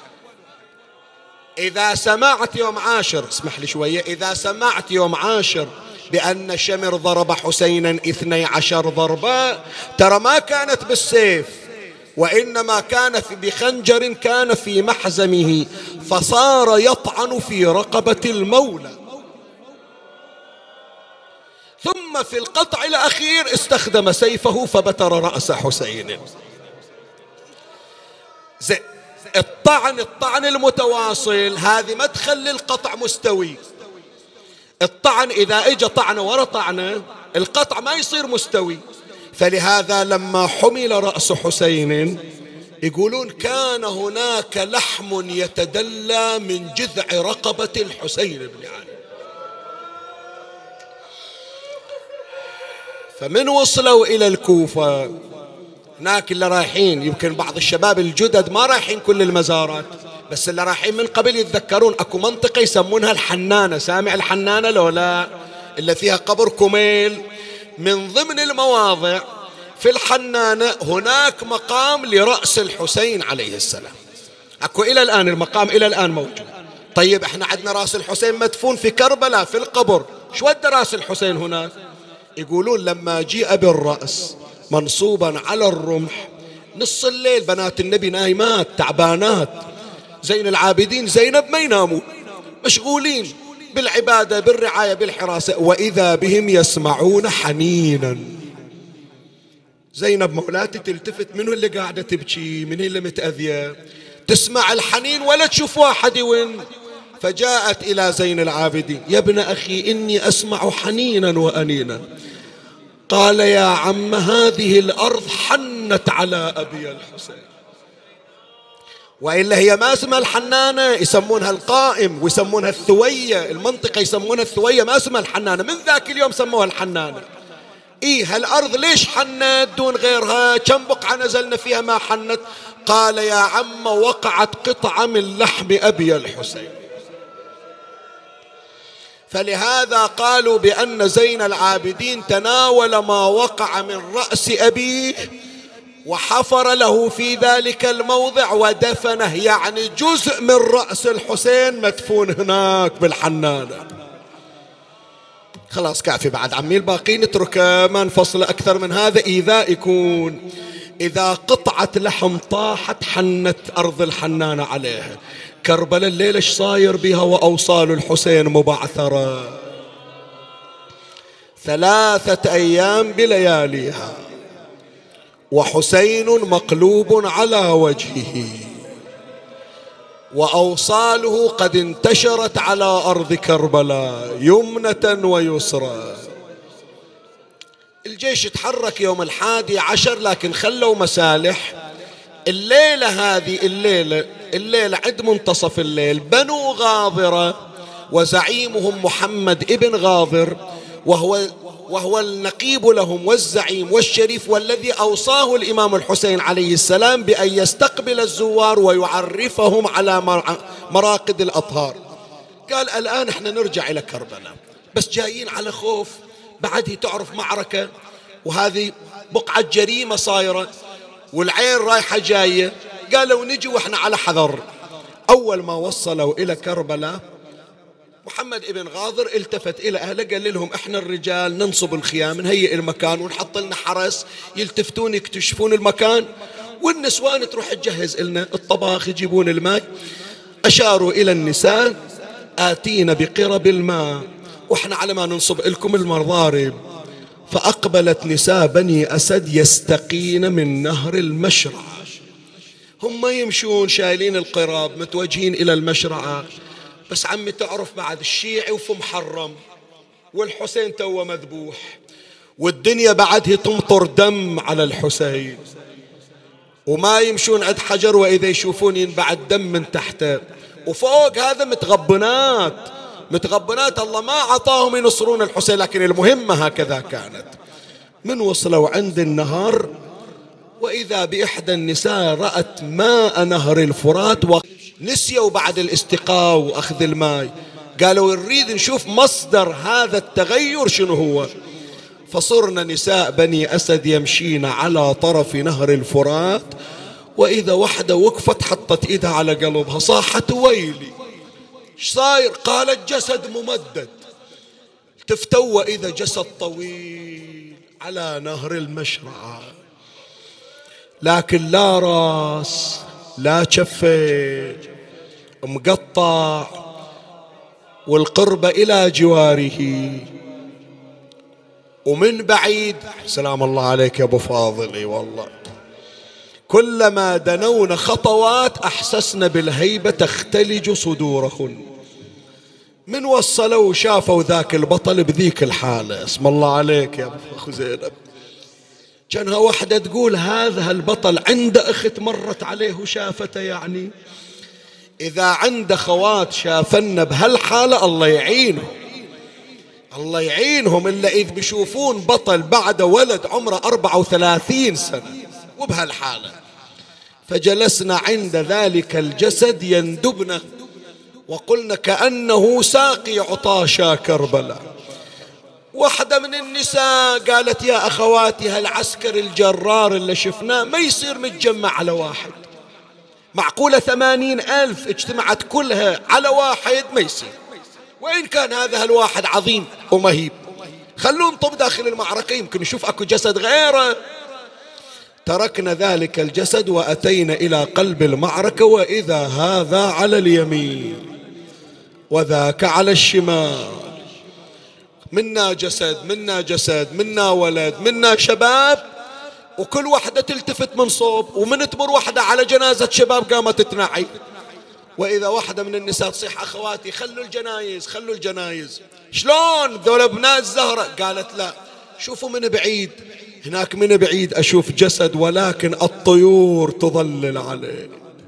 إذا سمعت يوم عاشر، اسمح لي شوية، إذا سمعت يوم عاشر بأن شمر ضرب حسينا اثني عشر ضربة، ترى ما كانت بالسيف، وإنما كان بخنجر كان في محزمه فصار يطعن في رقبة المولى. ثم في القطع الأخير استخدم سيفه فبتر رأس حسين. زين، الطعن الطعن المتواصل هذه مدخل للقطع مستوي. الطعن إذا اجى طعنة ورا طعنة القطع ما يصير مستوي. فلهذا لما حمل رأس حسين يقولون كان هناك لحم يتدلى من جذع رقبة الحسين بن علي. فمن وصلوا إلى الكوفة هناك اللي رايحين، يمكن بعض الشباب الجدد ما رايحين كل المزارات، بس اللي رايحين من قبل يتذكرون اكو منطقة يسمونها الحنانة. سامع الحنانة لو لا؟ اللي فيها قبر كميل. من ضمن المواضع في الحنانة هناك مقام لرأس الحسين عليه السلام. اكو الى الان المقام الى الان موجود. طيب احنا عندنا رأس الحسين مدفون في كربلاء في القبر، شو ودى رأس الحسين هناك؟ يقولون لما جيء بالرأس منصوبا على الرمح نص الليل بنات النبي نايمات تعبانات، زين العابدين زينب ما يناموا، مشغولين بالعبادة بالرعاية بالحراسة، وإذا بهم يسمعون حنينا. زينب مولاتي تلتفت، منو اللي قاعدة تبكي؟ من اللي متأذية؟ تسمع الحنين ولا تشوف واحد وين. فجاءت إلى زين العابدين يا ابن أخي إني أسمع حنينا وأنينا. قال يا عم هذه الأرض حنت على أبي الحسين، وإلا هي ما اسمها الحنانة، يسمونها القائم ويسمونها الثوية، المنطقة يسمونها الثوية ما اسمها الحنانة. من ذاك اليوم سموها الحنانة. إيه هالأرض ليش حنت دون غيرها؟ كم بقعة نزلنا فيها ما حنت؟ قال يا عم وقعت قطعة من لحم أبي الحسين. فلهذا قالوا بأن زين العابدين تناول ما وقع من رأس أبيه وحفر له في ذلك الموضع ودفنه، يعني جزء من رأس الحسين مدفون هناك بالحنانة. خلاص كافي بعد عمي، الباقي نتركه ما نفصل أكثر من هذا إيذاء يكون. إذا قطعة لحم طاحت حنت أرض الحنانة عليها. كربلاء الليلة ايش صاير بها وأوصال الحسين مبعثرة؟ ثلاثة أيام بلياليها وحسين مقلوب على وجهه وأوصاله قد انتشرت على أرض كربلاء يمنة ويسرى. الجيش تحرك يوم الحادي عشر، لكن خلوا مسالح. الليلة هذه الليلة الليلة عند منتصف الليل بنو غاضرة وزعيمهم محمد ابن غاضر، وهو وهو النقيب لهم والزعيم والشريف، والذي أوصاه الإمام الحسين عليه السلام بأن يستقبل الزوار ويعرفهم على مراقد الأطهار. قال الآن احنا نرجع إلى كربلاء، بس جايين على خوف، بعد تعرف معركة وهذه بقعة جريمة صايرة والعين رايحة جاية. قالوا نجي واحنا على حذر. أول ما وصلوا إلى كربلاء محمد ابن غاضر التفت إلى أهله قال لهم احنا الرجال ننصب الخيام نهيئ المكان ونحط لنا حرس يلتفتون يكتشفون المكان، والنسوان تروح تجهز لنا الطباخ، يجيبون الماء. أشاروا إلى النساء آتينا بقرب الماء وإحنا على ما ننصب لكم المضارب. فأقبلت نساء بني أسد يستقين من نهر المشرعة، هم يمشون شايلين القراب متوجهين إلى المشرعة. بس عمي تعرف بعد الشيعي وفي محرم والحسين توه مذبوح والدنيا بعده تمطر دم على الحسين، وما يمشون عند حجر وإذا يشوفون ينبع الدم من تحته، وفوق هذا متغبنات متغبنات الله ما عطاهم ينصرون الحسين. لكن المهمة هكذا كانت. من وصلوا عند النهر وإذا بإحدى النساء رأت ماء نهر الفرات، ونسيوا بعد الاستقاء وأخذ الماء، قالوا نريد نشوف مصدر هذا التغير شنو هو. فصرنا نساء بني أسد يمشين على طرف نهر الفرات، وإذا وحدة وقفت حطت إيدها على قلبها صاحت ويلي ايش صاير؟ قالت جسد ممدد. تفتوى إذا جسد طويل على نهر المشرعة، لكن لا راس لا شفين، مقطع والقربة إلى جواره. ومن بعيد سلام الله عليك يا أبو فاضل، اي والله كلما دنونا خطوات أحسسنا بالهيبة تختلج صدورهن. من وصلوا وشافوا ذاك البطل بذيك الحالة، اسم الله عليك يا أخو زينب، كانها واحدة تقول هذا البطل عنده أخت مرت عليه وشافته. يعني إذا عنده خوات شافنا بهالحالة الله يعينهم الله يعينهم، إلا إذ بيشوفون بطل بعد ولد عمره أربعة وثلاثين سنة وبهالحالة. فجلسنا عند ذلك الجسد يندبنا، وقلنا كأنه ساقي عطاشا كربلاء. واحدة من النساء قالت يا أخواتي هالعسكر الجرار اللي شفناه ما يصير متجمع على واحد، معقولة ثمانين ألف اجتمعت كلها على واحد؟ ما يصير، وإن كان هذا الواحد عظيم ومهيب خلوه نطب داخل المعركة يمكن نشوف أكو جسد غيره. تركنا ذلك الجسد وأتينا إلى قلب المعركة، وإذا هذا على اليمين وذاك على الشمال، منا جسد منا جسد منا ولد منا شباب، وكل واحدة تلتفت من صوب، ومن تمر واحدة على جنازة شباب قامت تنعي. وإذا واحدة من النساء تصيح أخواتي خلوا الجنايز خلوا الجنايز. شلون ذول ابناء الزهرة؟ قالت لا شوفوا من بعيد، هناك من بعيد أشوف جسد ولكن الطيور تظلل عليه.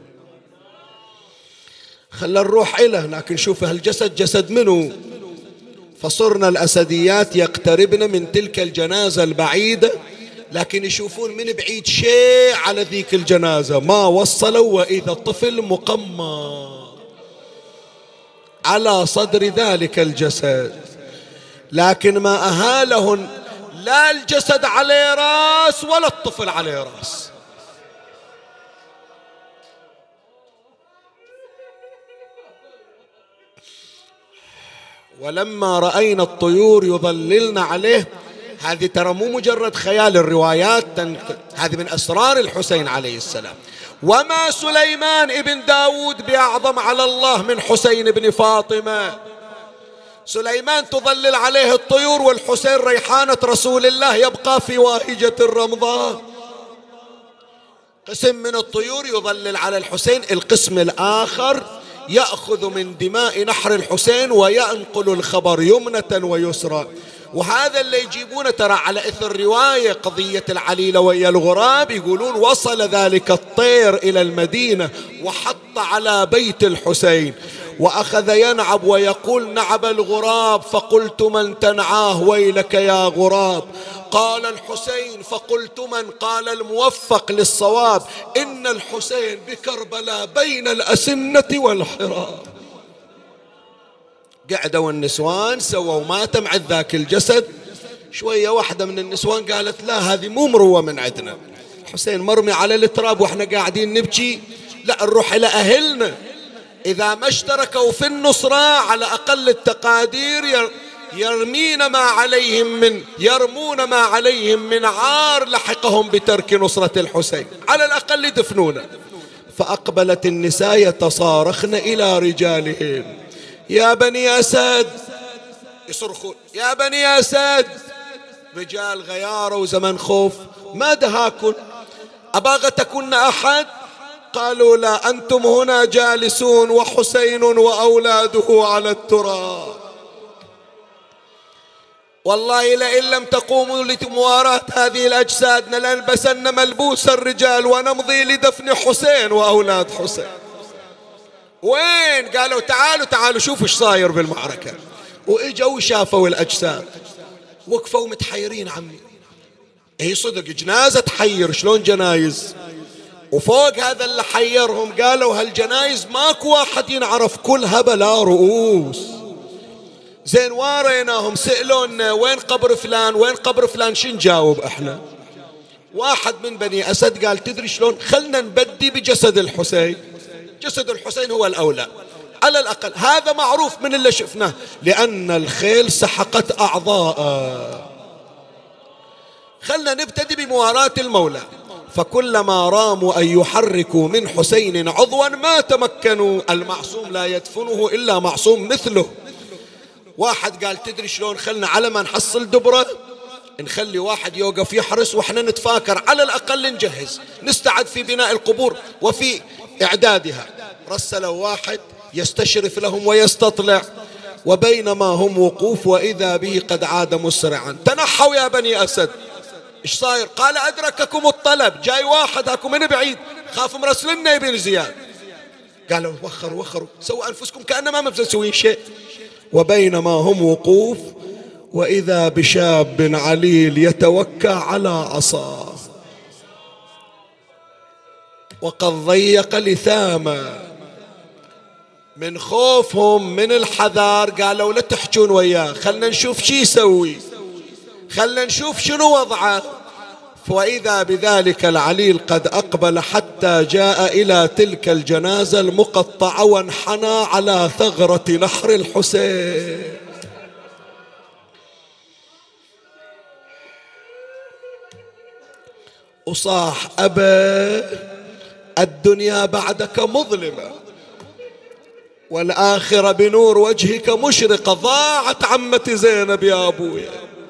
خلنا نروح إلى هناك نشوف هالجسد جسد منه. فصرنا الأسديات يقتربن من تلك الجنازة البعيدة، لكن يشوفون من بعيد شيء على ذيك الجنازة. ما وصلوا وإذا الطفل مقمر على صدر ذلك الجسد، لكن ما أهالهن لا الجسد عليه راس ولا الطفل عليه راس. ولما رأينا الطيور يظللن عليه، هذه ترى مو مجرد خيال، الروايات تنقل هذه من أسرار الحسين عليه السلام. وما سليمان ابن داود بأعظم على الله من حسين بن فاطمة. سليمان تظلل عليه الطيور، والحسين ريحانة رسول الله يبقى في واهجة الرمضاء. قسم من الطيور يظلل على الحسين، القسم الآخر يأخذ من دماء نحر الحسين وينقل الخبر يمنة ويسرى. وهذا اللي يجيبونه ترى على إثر رواية قضية العليلة ويا الغراب، يقولون وصل ذلك الطير إلى المدينة وحط على بيت الحسين وأخذ ينعب ويقول نعب الغراب فقلت من تنعاه ويلك يا غراب، قال الحسين فقلت من، قال الموفق للصواب إن الحسين بكربلاء بين الأسنة والحراب. قعدوا النسوان سووا ماتم عند ذاك الجسد. شوية واحدة من النسوان قالت لا هذه مو مروة من عندنا، حسين مرمي على التراب واحنا قاعدين نبكي، لا نروح إلى أهلنا، إذا ما اشتركوا في النصرة على أقل التقادير يرمين ما عليهم من يرمون ما عليهم من عار لحقهم بترك نصرة الحسين، على الأقل دفنونه. فأقبلت النساء يتصارخن إلى رجالهم: يا بني أسد، يصرخون: يا بني أسد. رجال غيارة وزمن خوف: ما دهاكن؟ أباغتكن أحد؟ قالوا: لا، أنتم هنا جالسون وحسين وأولاده على التراب. والله لئن لم تقوموا لمواراة هذه الأجساد لنلبسن ملبوس الرجال ونمضي لدفن حسين وأولاد حسين. وين؟ قالوا: تعالوا تعالوا شوفوا ايش صاير بالمعركة. وإجوا وشافوا الأجساد، وقفوا متحيرين. عمي اي صدق جنازة تحير، شلون جنايز؟ وفوق هذا اللي حيرهم قالوا: هالجنايز ماكو واحد ينعرف، كلها بلا رؤوس. زين واريناهم، سألونا وين قبر فلان وين قبر فلان، شو نجاوب احنا؟ واحد من بني أسد قال: تدري شلون؟ خلنا نبدي بجسد الحسين، جسد الحسين هو الأولى، على الأقل هذا معروف من اللي شفناه، لأن الخيل سحقت أعضاءه. خلنا نبتدي بمواراة المولى. فكلما راموا أن يحركوا من حسين عضوا ما تمكنوا. المعصوم لا يدفنه إلا معصوم مثله. واحد قال: تدري شلون؟ خلنا على ما نحصل دبرة نخلي واحد يوقف يحرس وإحنا نتفاكر، على الأقل نجهز، نستعد في بناء القبور وفي إعدادها. رسلوا واحد يستشرف لهم ويستطلع، وبينما هم وقوف وإذا به قد عاد مسرعا. تنحوا يا بني أسد، إيش صاير؟ قال: أدرككم الطلب، جاي واحد هاكم من بعيد، خاف مرسلنا ابن زياد. قالوا: وخروا وخروا، سووا أنفسكم كأنما ما مسوين شيء. وبينما هم وقوف وإذا بشاب عليل يتوكى على عصاه وقد ضيق لثامه. من خوفهم من الحذار قالوا: لا تحجون وياه، خلنا نشوف شي يسوي، خلنا نشوف شنو وضعه. وإذا بذلك العليل قد أقبل حتى جاء إلى تلك الجنازة المقطعة وانحنى على ثغرة نحر الحسين. وصاح: أبا الدنيا بعدك مظلمة والآخرة بنور وجهك مشرقة، ضاعت عمتي زينب يا أبويا.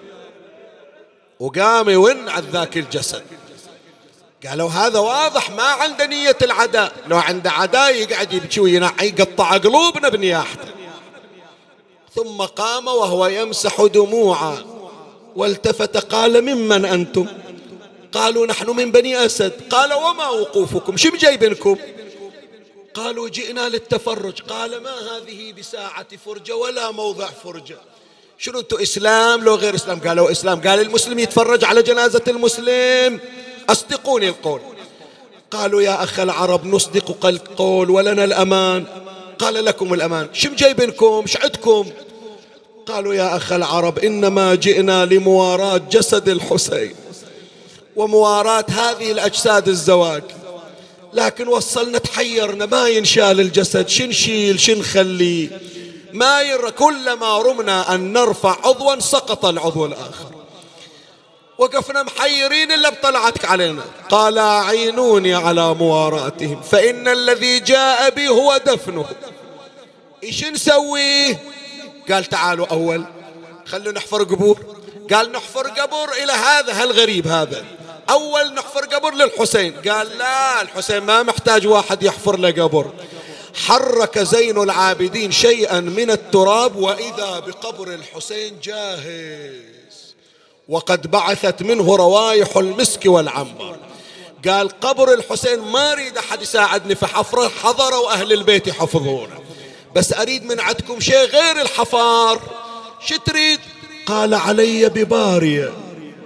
وقام يون على ذاك الجسد. قالوا: هذا واضح ما عنده نية العداء، لو عنده عداء يقعد يبكي وينعي يقطع قلوبنا بنياحته. ثم قام وهو يمسح دموعا والتفت قال: ممن أنتم؟ قالوا: نحن من بني أسد. قال: وما وقوفكم؟ شو جايبنكم؟ قالوا: جئنا للتفرج. قال: ما هذه بساعة فرجة ولا موضع فرجة. شنو انتو إسلام لو غير إسلام؟ قالوا: إسلام. قال: المسلم يتفرج على جنازة المسلم؟ أصدقوني القول. قالوا: يا أخ العرب نصدق القول ولنا الأمان. قال: لكم الأمان، شو جايبنكم؟ شعدكم؟ قالوا: يا أخ العرب إنما جئنا لمواراة جسد الحسين ومواراة هذه الأجساد الزواج، لكن وصلنا تحيرنا، ما ينشال الجسد، شنشيل شنخلي، ما ير، كلما رمنا أن نرفع عضوا سقط العضو الآخر. وقفنا محيرين إلا بطلعتك علينا. قال: أعينوني على مواراتهم فإن الذي جاء بي هو دفنه. إيش نسويه؟ قال: تعالوا أول خلوا نحفر قبور. قال: نحفر قبر إلى هذا هالغريب هذا، أول نحفر قبر للحسين. قال: لا، الحسين ما محتاج واحد يحفر له قبر. حرك زين العابدين شيئا من التراب وإذا بقبر الحسين جاهز وقد بعثت منه روايح المسك والعنبر. قال: قبر الحسين ما أريد أحد يساعدني في حفره، حضروا أهل البيت يحفظونه، بس أريد من عندكم شيء غير الحفار. شو تريد؟ قال: علي ببارية.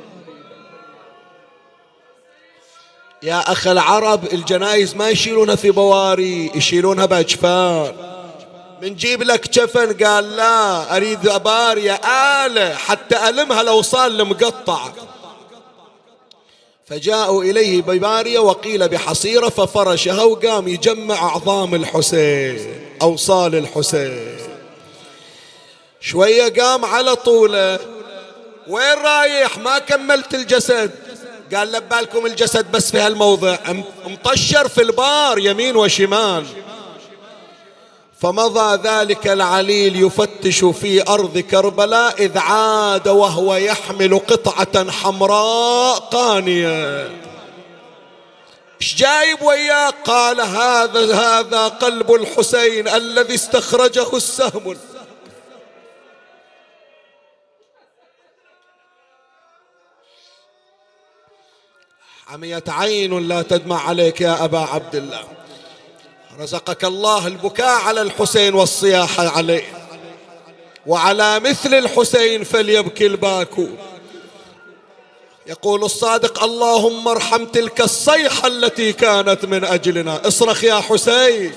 يا أخ العرب الجنايز ما يشيلونها في بواري، يشيلونها بأجفان. منجيب لك جفن. قال: لا، أريد بارية آلة حتى ألمها لو صار المقطع. فجاءوا إليه ببارية وقيل بحصيرة ففرشها وقام يجمع أعظام الحسين، أوصال الحسين. شوية قام على طوله. وين رايح؟ ما كملت الجسد. قال لبالكم الجسد بس في هالموضع، مطشر في البار يمين وشمال. فمضى ذلك العليل يفتش في أرض كربلاء، إذ عاد وهو يحمل قطعة حمراء قانية. ايش جايب وياه؟ قال هذا هذا قلب الحسين الذي استخرجه السهم. عميت عين لا تدمع عليك يا أبا عبد الله. رزقك الله البكاء على الحسين والصياح عليه، وعلى مثل الحسين فليبكي الباكو. يقول الصادق اللهم ارحم تلك الصيحة التي كانت من أجلنا. اصرخ يا حسين.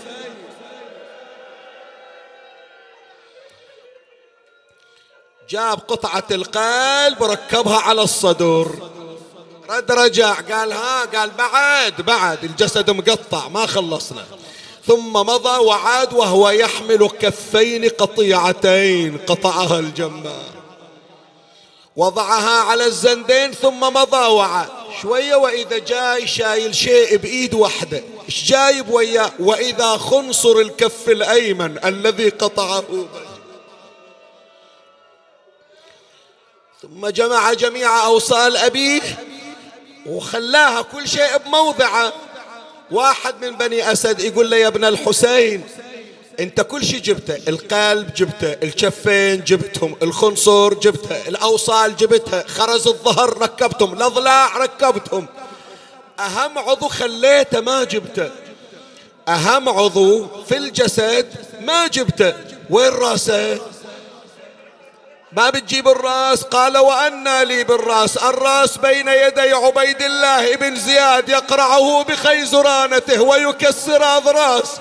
جاب قطعة القلب وركبها على الصدر. رد رجع قال ها قال بعد بعد الجسد مقطع ما خلصنا. ثم مضى وعاد وهو يحمل كفين قطيعتين قطعها الجمال، وضعها على الزندين. ثم مضى وعاد شوية وإذا جاي شايل شيء بإيد واحدة. إيش جايب وياه؟ وإذا خنصر الكف الأيمن الذي قطعه. ثم جمع جميع أوصال أبيه وخلاها كل شيء بموضعه. واحد من بني أسد يقول له يا ابن الحسين انت كل شيء جبته، القلب جبته، الكفين جبتهم، الخنصر جبته، الأوصال جبتها، خرز الظهر ركبتهم، الأضلاع ركبتهم، أهم عضو خليته ما جبته، أهم عضو في الجسد ما جبته. وين راسه؟ ما بتجيب الراس؟ قال وأنا لي بالراس؟ الراس بين يدي عبيد الله بن زياد يقرعه بخيزرانته ويكسر أضراس.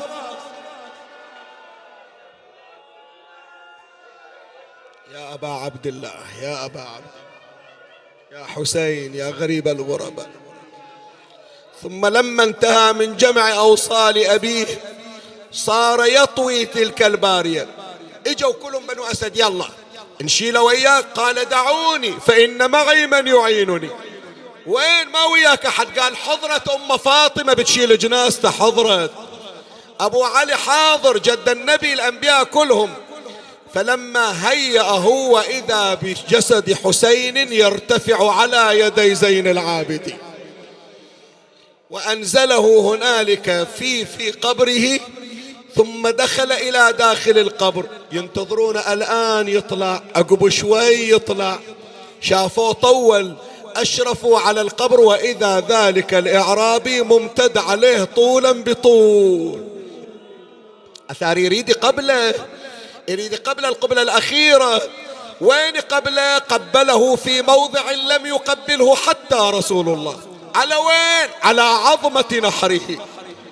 يا أبا عبد الله يا أبا عبد يا حسين يا غريب الغرباء. ثم لما انتهى من جمع أوصال أبيه صار يطوي تلك البارية. اجوا كلهم بنو أسد يلا نشيل وياك. قال دعوني فإن معي من يعينني. وين؟ ما وياك أحد. قال حضرت أم فاطمة بتشيل جنازته، حضرت أبو علي حاضر، جد النبي، الأنبياء كلهم. فلما هيأه وإذا بجسد حسين يرتفع على يدي زين العابدين، وأنزله هنالك في في قبره. ثم دخل إلى داخل القبر. ينتظرون الآن يطلع، عقب شوي يطلع. شافوه طول، أشرفوا على القبر وإذا ذلك الإعرابي ممتد عليه طولا بطول. أثار يريد قبله، يريد قبل القبلة الأخيرة. وين قبله؟ قبله في موضع لم يقبله حتى رسول الله. على وين؟ على عظمة نحره.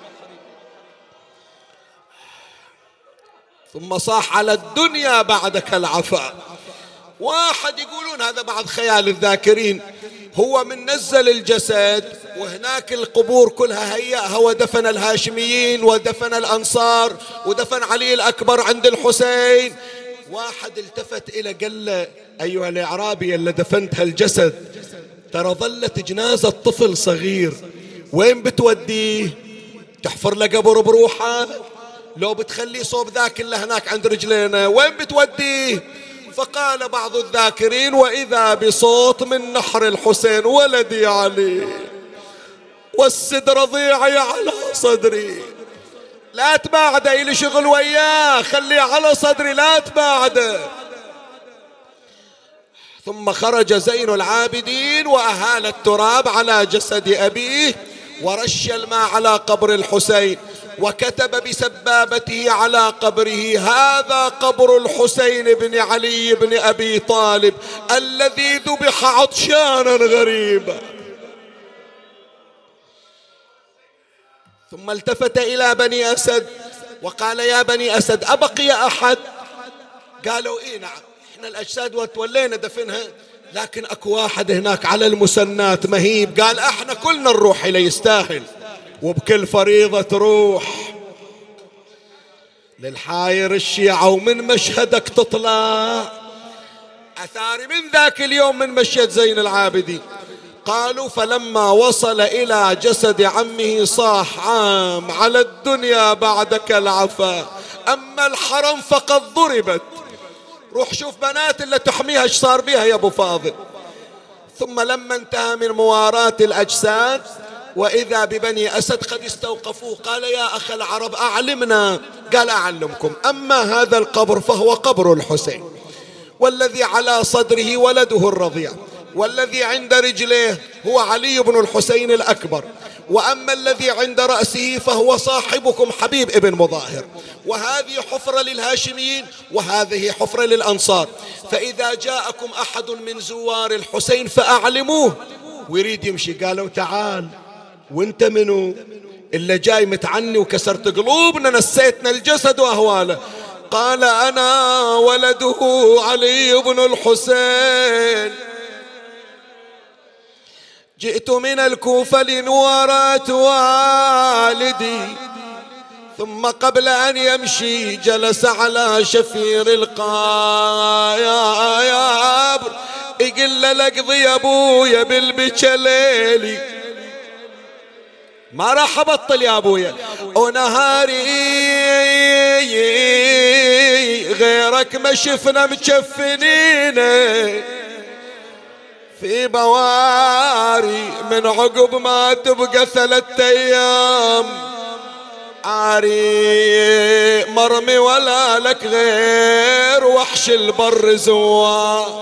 ثم صاح على الدنيا بعدك العفاء. واحد يقولون هذا بعض خيال الذاكرين، هو من نزل الجسد وهناك القبور كلها هيأها ودفن الهاشميين ودفن الأنصار ودفن علي الأكبر عند الحسين. واحد التفت إلى قال له أيها الإعرابي اللي دفنت هالجسد، ترى ظلت جنازة طفل صغير، وين بتوديه؟ تحفر له قبر بروحه؟ لو بتخليه صوب ذاك اللي هناك عند رجلينا وين بتوديه؟ فقال بعض الذاكرين وإذا بصوت من نحر الحسين ولدي علي والسد رضيعي على صدري، لا تباعده، إلي شغل وياه، خليه على صدري لا تباعده. ثم خرج زين العابدين وأهال التراب على جسد أبيه ورش الماء على قبر الحسين، وكتب بسبابته على قبره هذا قبر الحسين بن علي بن أبي طالب الذي ذبح عطشانا غريبا. ثم التفت إلى بني أسد وقال يا بني أسد أبقي أحد؟ قالوا إيه نعم، إحنا الأجساد وتولينا دفنها، لكن أكو واحد هناك على المسنات مهيب. قال احنا كلنا نروح إليه، يستاهل، وبكل فريضة تروح. للحاير الشيعة ومن مشهدك تطلع. أثاري من ذاك اليوم من مشيت زين العابدين. قالوا فلما وصل إلى جسد عمه صاح عام على الدنيا بعدك العفا، أما الحرم فقد ضربت. روح شوف بنات اللي تحميها ايش صار بيها يا أبو فاضل. ثم لما انتهى من مواراة الأجساد وإذا ببني أسد قد استوقفوه، قال يا أخ العرب أعلمنا. قال أعلمكم، أما هذا القبر فهو قبر الحسين، والذي على صدره ولده الرضيع، والذي عند رجليه هو علي بن الحسين الأكبر، وأما الذي عند رأسه فهو صاحبكم حبيب ابن مظاهر، وهذه حفرة للهاشميين وهذه حفرة للأنصار، فإذا جاءكم أحد من زوار الحسين فأعلموه. ويريد يمشي، قالوا تعال وانت منو اللي جاي متعني وكسرت قلوبنا نسيتنا الجسد وأهواله؟ قال أنا ولده علي بن الحسين، جئت من الكوفة لمواراة والدي، ثم قبل أن يمشي جلس على شفير القايابر يقل لقضي يا أبويا بالبكى ليلي، ما راح أبطل يا أبويا ونهاري غيرك ما شفنا مكفنين في بواري، من عقب ما تبقى ثلاثة أيام عاري مرمي ولا لك غير وحش البر زوار.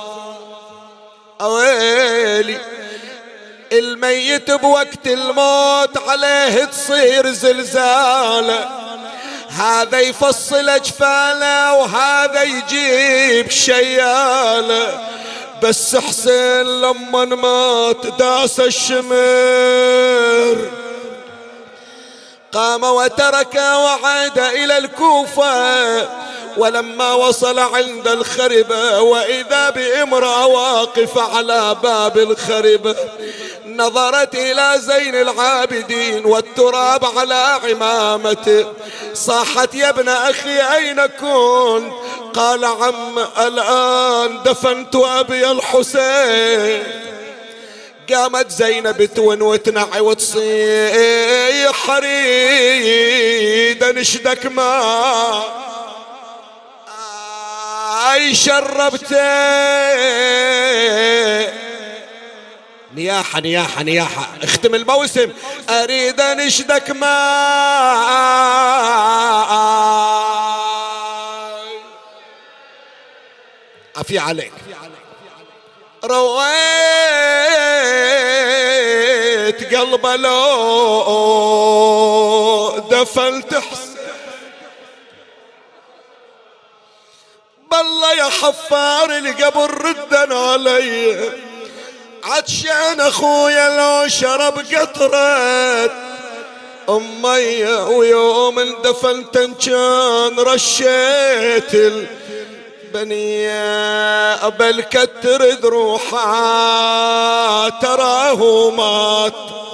أويلي الميت بوقت الموت عليه تصير زلزالة، هذا يفصل أجفاله وهذا يجيب شياله، بس حسين لما مات داس الشمر، قام وترك وعاد إلى الكوفة، ولما وصل عند الخربة وإذا بامرأة واقفة على باب الخربة، نظرت إلى زين العابدين والتراب على عمامته، صاحت يا ابن أخي أين كنت؟ قال عم الآن دفنت أبي الحسين. قامت زينب تون وتنعي وتصيح حريدا نشدك ما اي شربته، نياحة نياحة نياحة اختم الموسم، اريد انشدك ما عفي عليك. رويت قلب لو دفنت حسين، بالله يا حفار القبر ردن علي، عطشان اخويا لو شرب قطرة امي، ويوم اندفنت كان رشيت البنية بالكتر ذروحها تراه مات.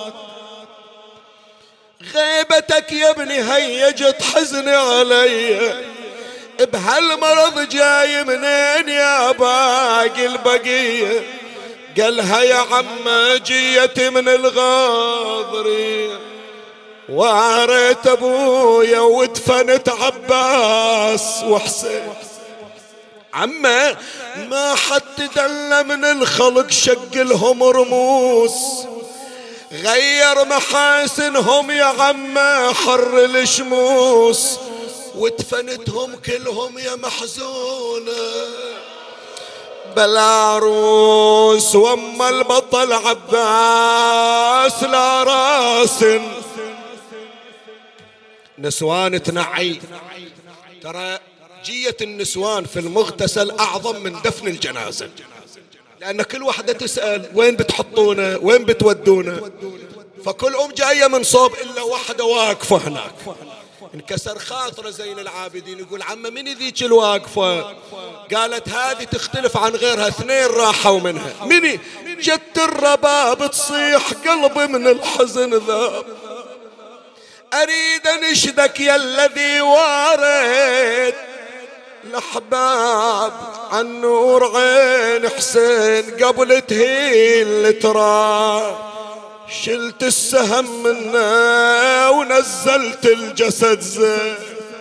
غيبتك يا ابني هيجت حزني علي، بهالمرض جاي منين يا باقي البقية؟ قالها يا عم جيت من الغاضري، وعريت ابويا ودفنت عباس وحسين. عمه ما حد دل من الخلق شق لهم رموس، غير محاسنهم يا عمه حر الشموس، ودفنتهم كلهم يا محزونة بلا عروس، واما البطل عباس لا راس. نسوان تنعي، ترى جية النسوان في المغتسل أعظم من دفن الجنازة، لأن كل واحدة تسأل وين بتحطونا وين بتودونا، فكل أم جاية من صوب إلا واحدة واقفة هناك. انكسر خاطر زين العابدين يقول عم من ذيك الواقفة؟ قالت هذه تختلف عن غيرها، اثنين راحوا منها. مني جت الرباب تصيح قلبي من الحزن ذاب، أريد أنشدك يا الذي وارد الأحباب عن نور عين حسين قبل تهيل ترى شلت السهم منه ونزلت الجسد زين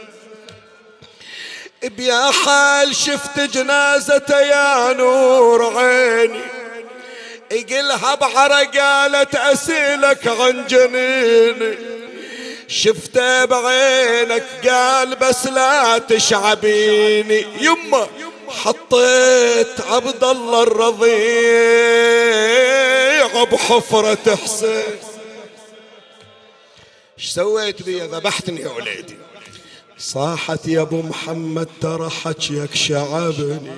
بيا حال شفت جنازته يا نور عيني اقلها بعرقالة أسيلك عن جنيني شفته بعينك قال بس لا تشعبيني يما حطيت عبد الله الرضيع بحفرة حسين ايش سويت بي ذبحتني يا وليدي صاحت يا ابو محمد ترى حكيك شعبني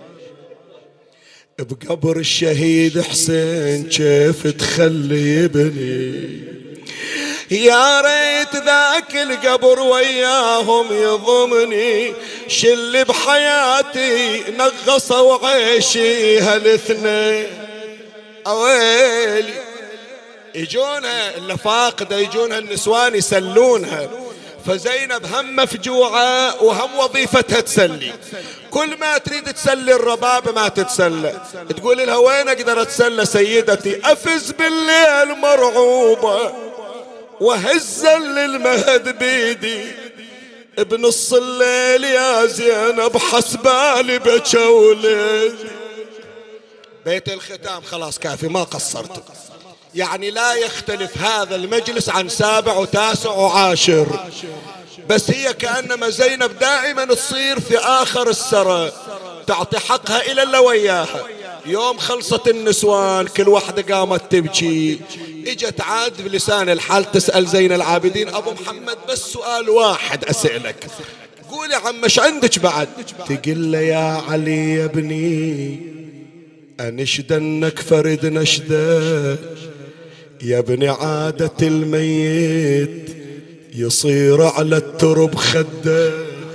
بقبر الشهيد حسين كيف تخلي ابني يا ريت ذاك القبر وياهم يضمني شل بحياتي نغصوا عيشي هالاثنين اويلي يجونها اللي فاقده يجونها النسوان يسلونها فزينب هم مفجوعة وهم وظيفتها تسلي كل ما تريد تسلي الرباب ما تتسلى تقول لها وين اقدر اتسلى سيدتي افز بالليل مرعوبة وهزا للمهد بيدي بنص الليل يا زينب حسبالي بجولي بيت الختام خلاص كافي ما قصرت يعني لا يختلف هذا المجلس عن سابع وتاسع وعاشر بس هي كأنما زينب دائما تصير في آخر السرى تعطي حقها إلى اللي وياها يوم خلصت النسوان كل واحدة قامت تبكي اجت عاد بلسان الحال تسأل زين العابدين أبو محمد بس سؤال واحد أسألك قول يا عم ايش عندك بعد تقول له يا علي يا ابني أنشدنك فرد نشده يا ابني عادة الميت يصير على الترب خده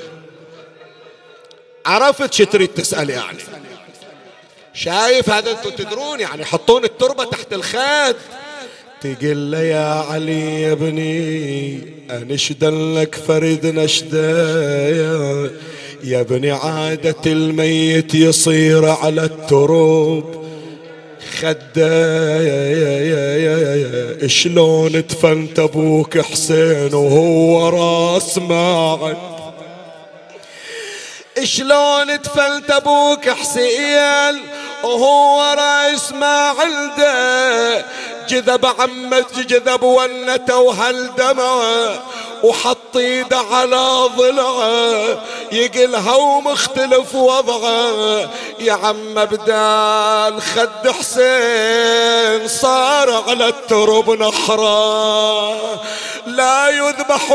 عرفت شو تريد تسأل يعني شايف هذا انتوا تدرون يعني يحطون التربة تحت الخد تقول له يا علي يا ابني أنشدن لك فرد نشده يا, يا ابني عادة الميت يصير على الترب خده يا يا يا يا يا شلون دفنت ابوك حسين وهو راس ماعد شلون دفنت ابوك حسين وهو راس ماعد جذب عمت جذب ونته وهالدمع وحط ايده على ضلعه يقلها ومختلف وضعه يا عم بدال خد حسين صار على الترب نحره لا يذبح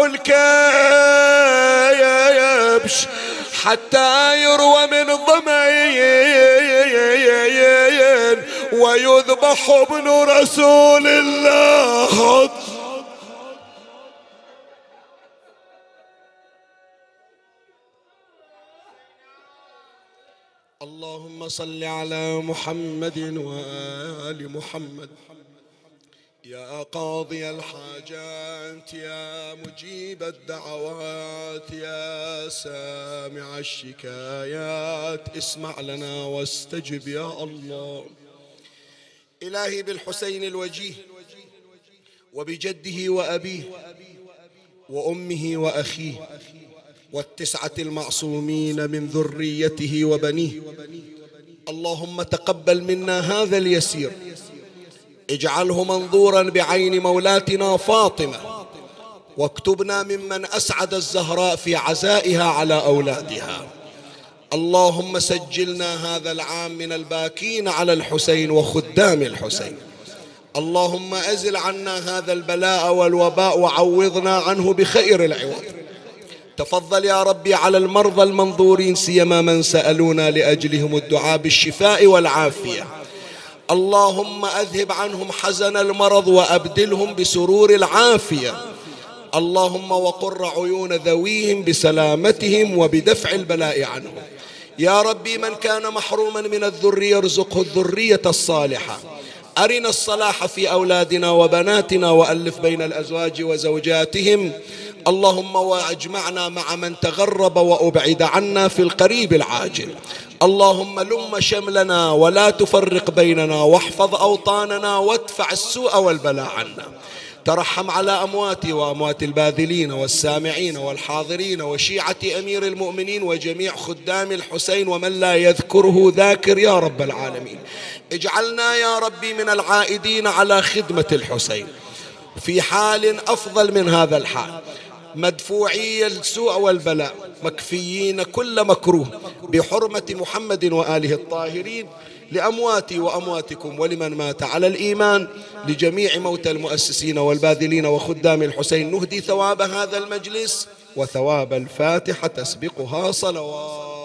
الكبش حتى يروى من ضمين ويذبح ابن رسول الله اللهم صل على محمد وآل محمد يا قاضي الحاجات يا مجيب الدعوات يا سامع الشكايات اسمع لنا واستجب يا الله إلهي بالحسين الوجيه وبجده وأبيه وأمه وأخيه والتسعة المعصومين من ذريته وبنيه اللهم تقبل منا هذا اليسير اجعله منظورا بعين مولاتنا فاطمة واكتبنا ممن أسعد الزهراء في عزائها على أولادها اللهم سجلنا هذا العام من الباكين على الحسين وخدام الحسين اللهم أزل عنا هذا البلاء والوباء وعوضنا عنه بخير العوض تفضل يا ربي على المرضى المنظورين سيما من سألونا لأجلهم الدعاء بالشفاء والعافية اللهم أذهب عنهم حزن المرض وأبدلهم بسرور العافية اللهم وقر عيون ذويهم بسلامتهم وبدفع البلاء عنهم يا ربي من كان محروما من الذرية ارزقه الذرية الصالحة أرنا الصلاح في أولادنا وبناتنا وألف بين الأزواج وزوجاتهم. اللهم واجمعنا مع من تغرب وأبعد عنا في القريب العاجل. اللهم لم شملنا ولا تفرق بيننا، واحفظ أوطاننا وادفع السوء والبلاء عنا. ترحم على أمواتي وأموات الباذلين والسامعين والحاضرين وشيعة أمير المؤمنين وجميع خدام الحسين ومن لا يذكره ذاكر يا رب العالمين. اجعلنا يا ربي من العائدين على خدمة الحسين في حال أفضل من هذا الحال، مدفوعي السوء والبلاء، مكفيين كل مكروه، بحرمة محمد وآله الطاهرين، لأمواتي وأمواتكم ولمن مات على الإيمان، لجميع موتى المؤسسين والباذلين وخدام الحسين. نهدي ثواب هذا المجلس وثواب الفاتحة تسبقها صلوات.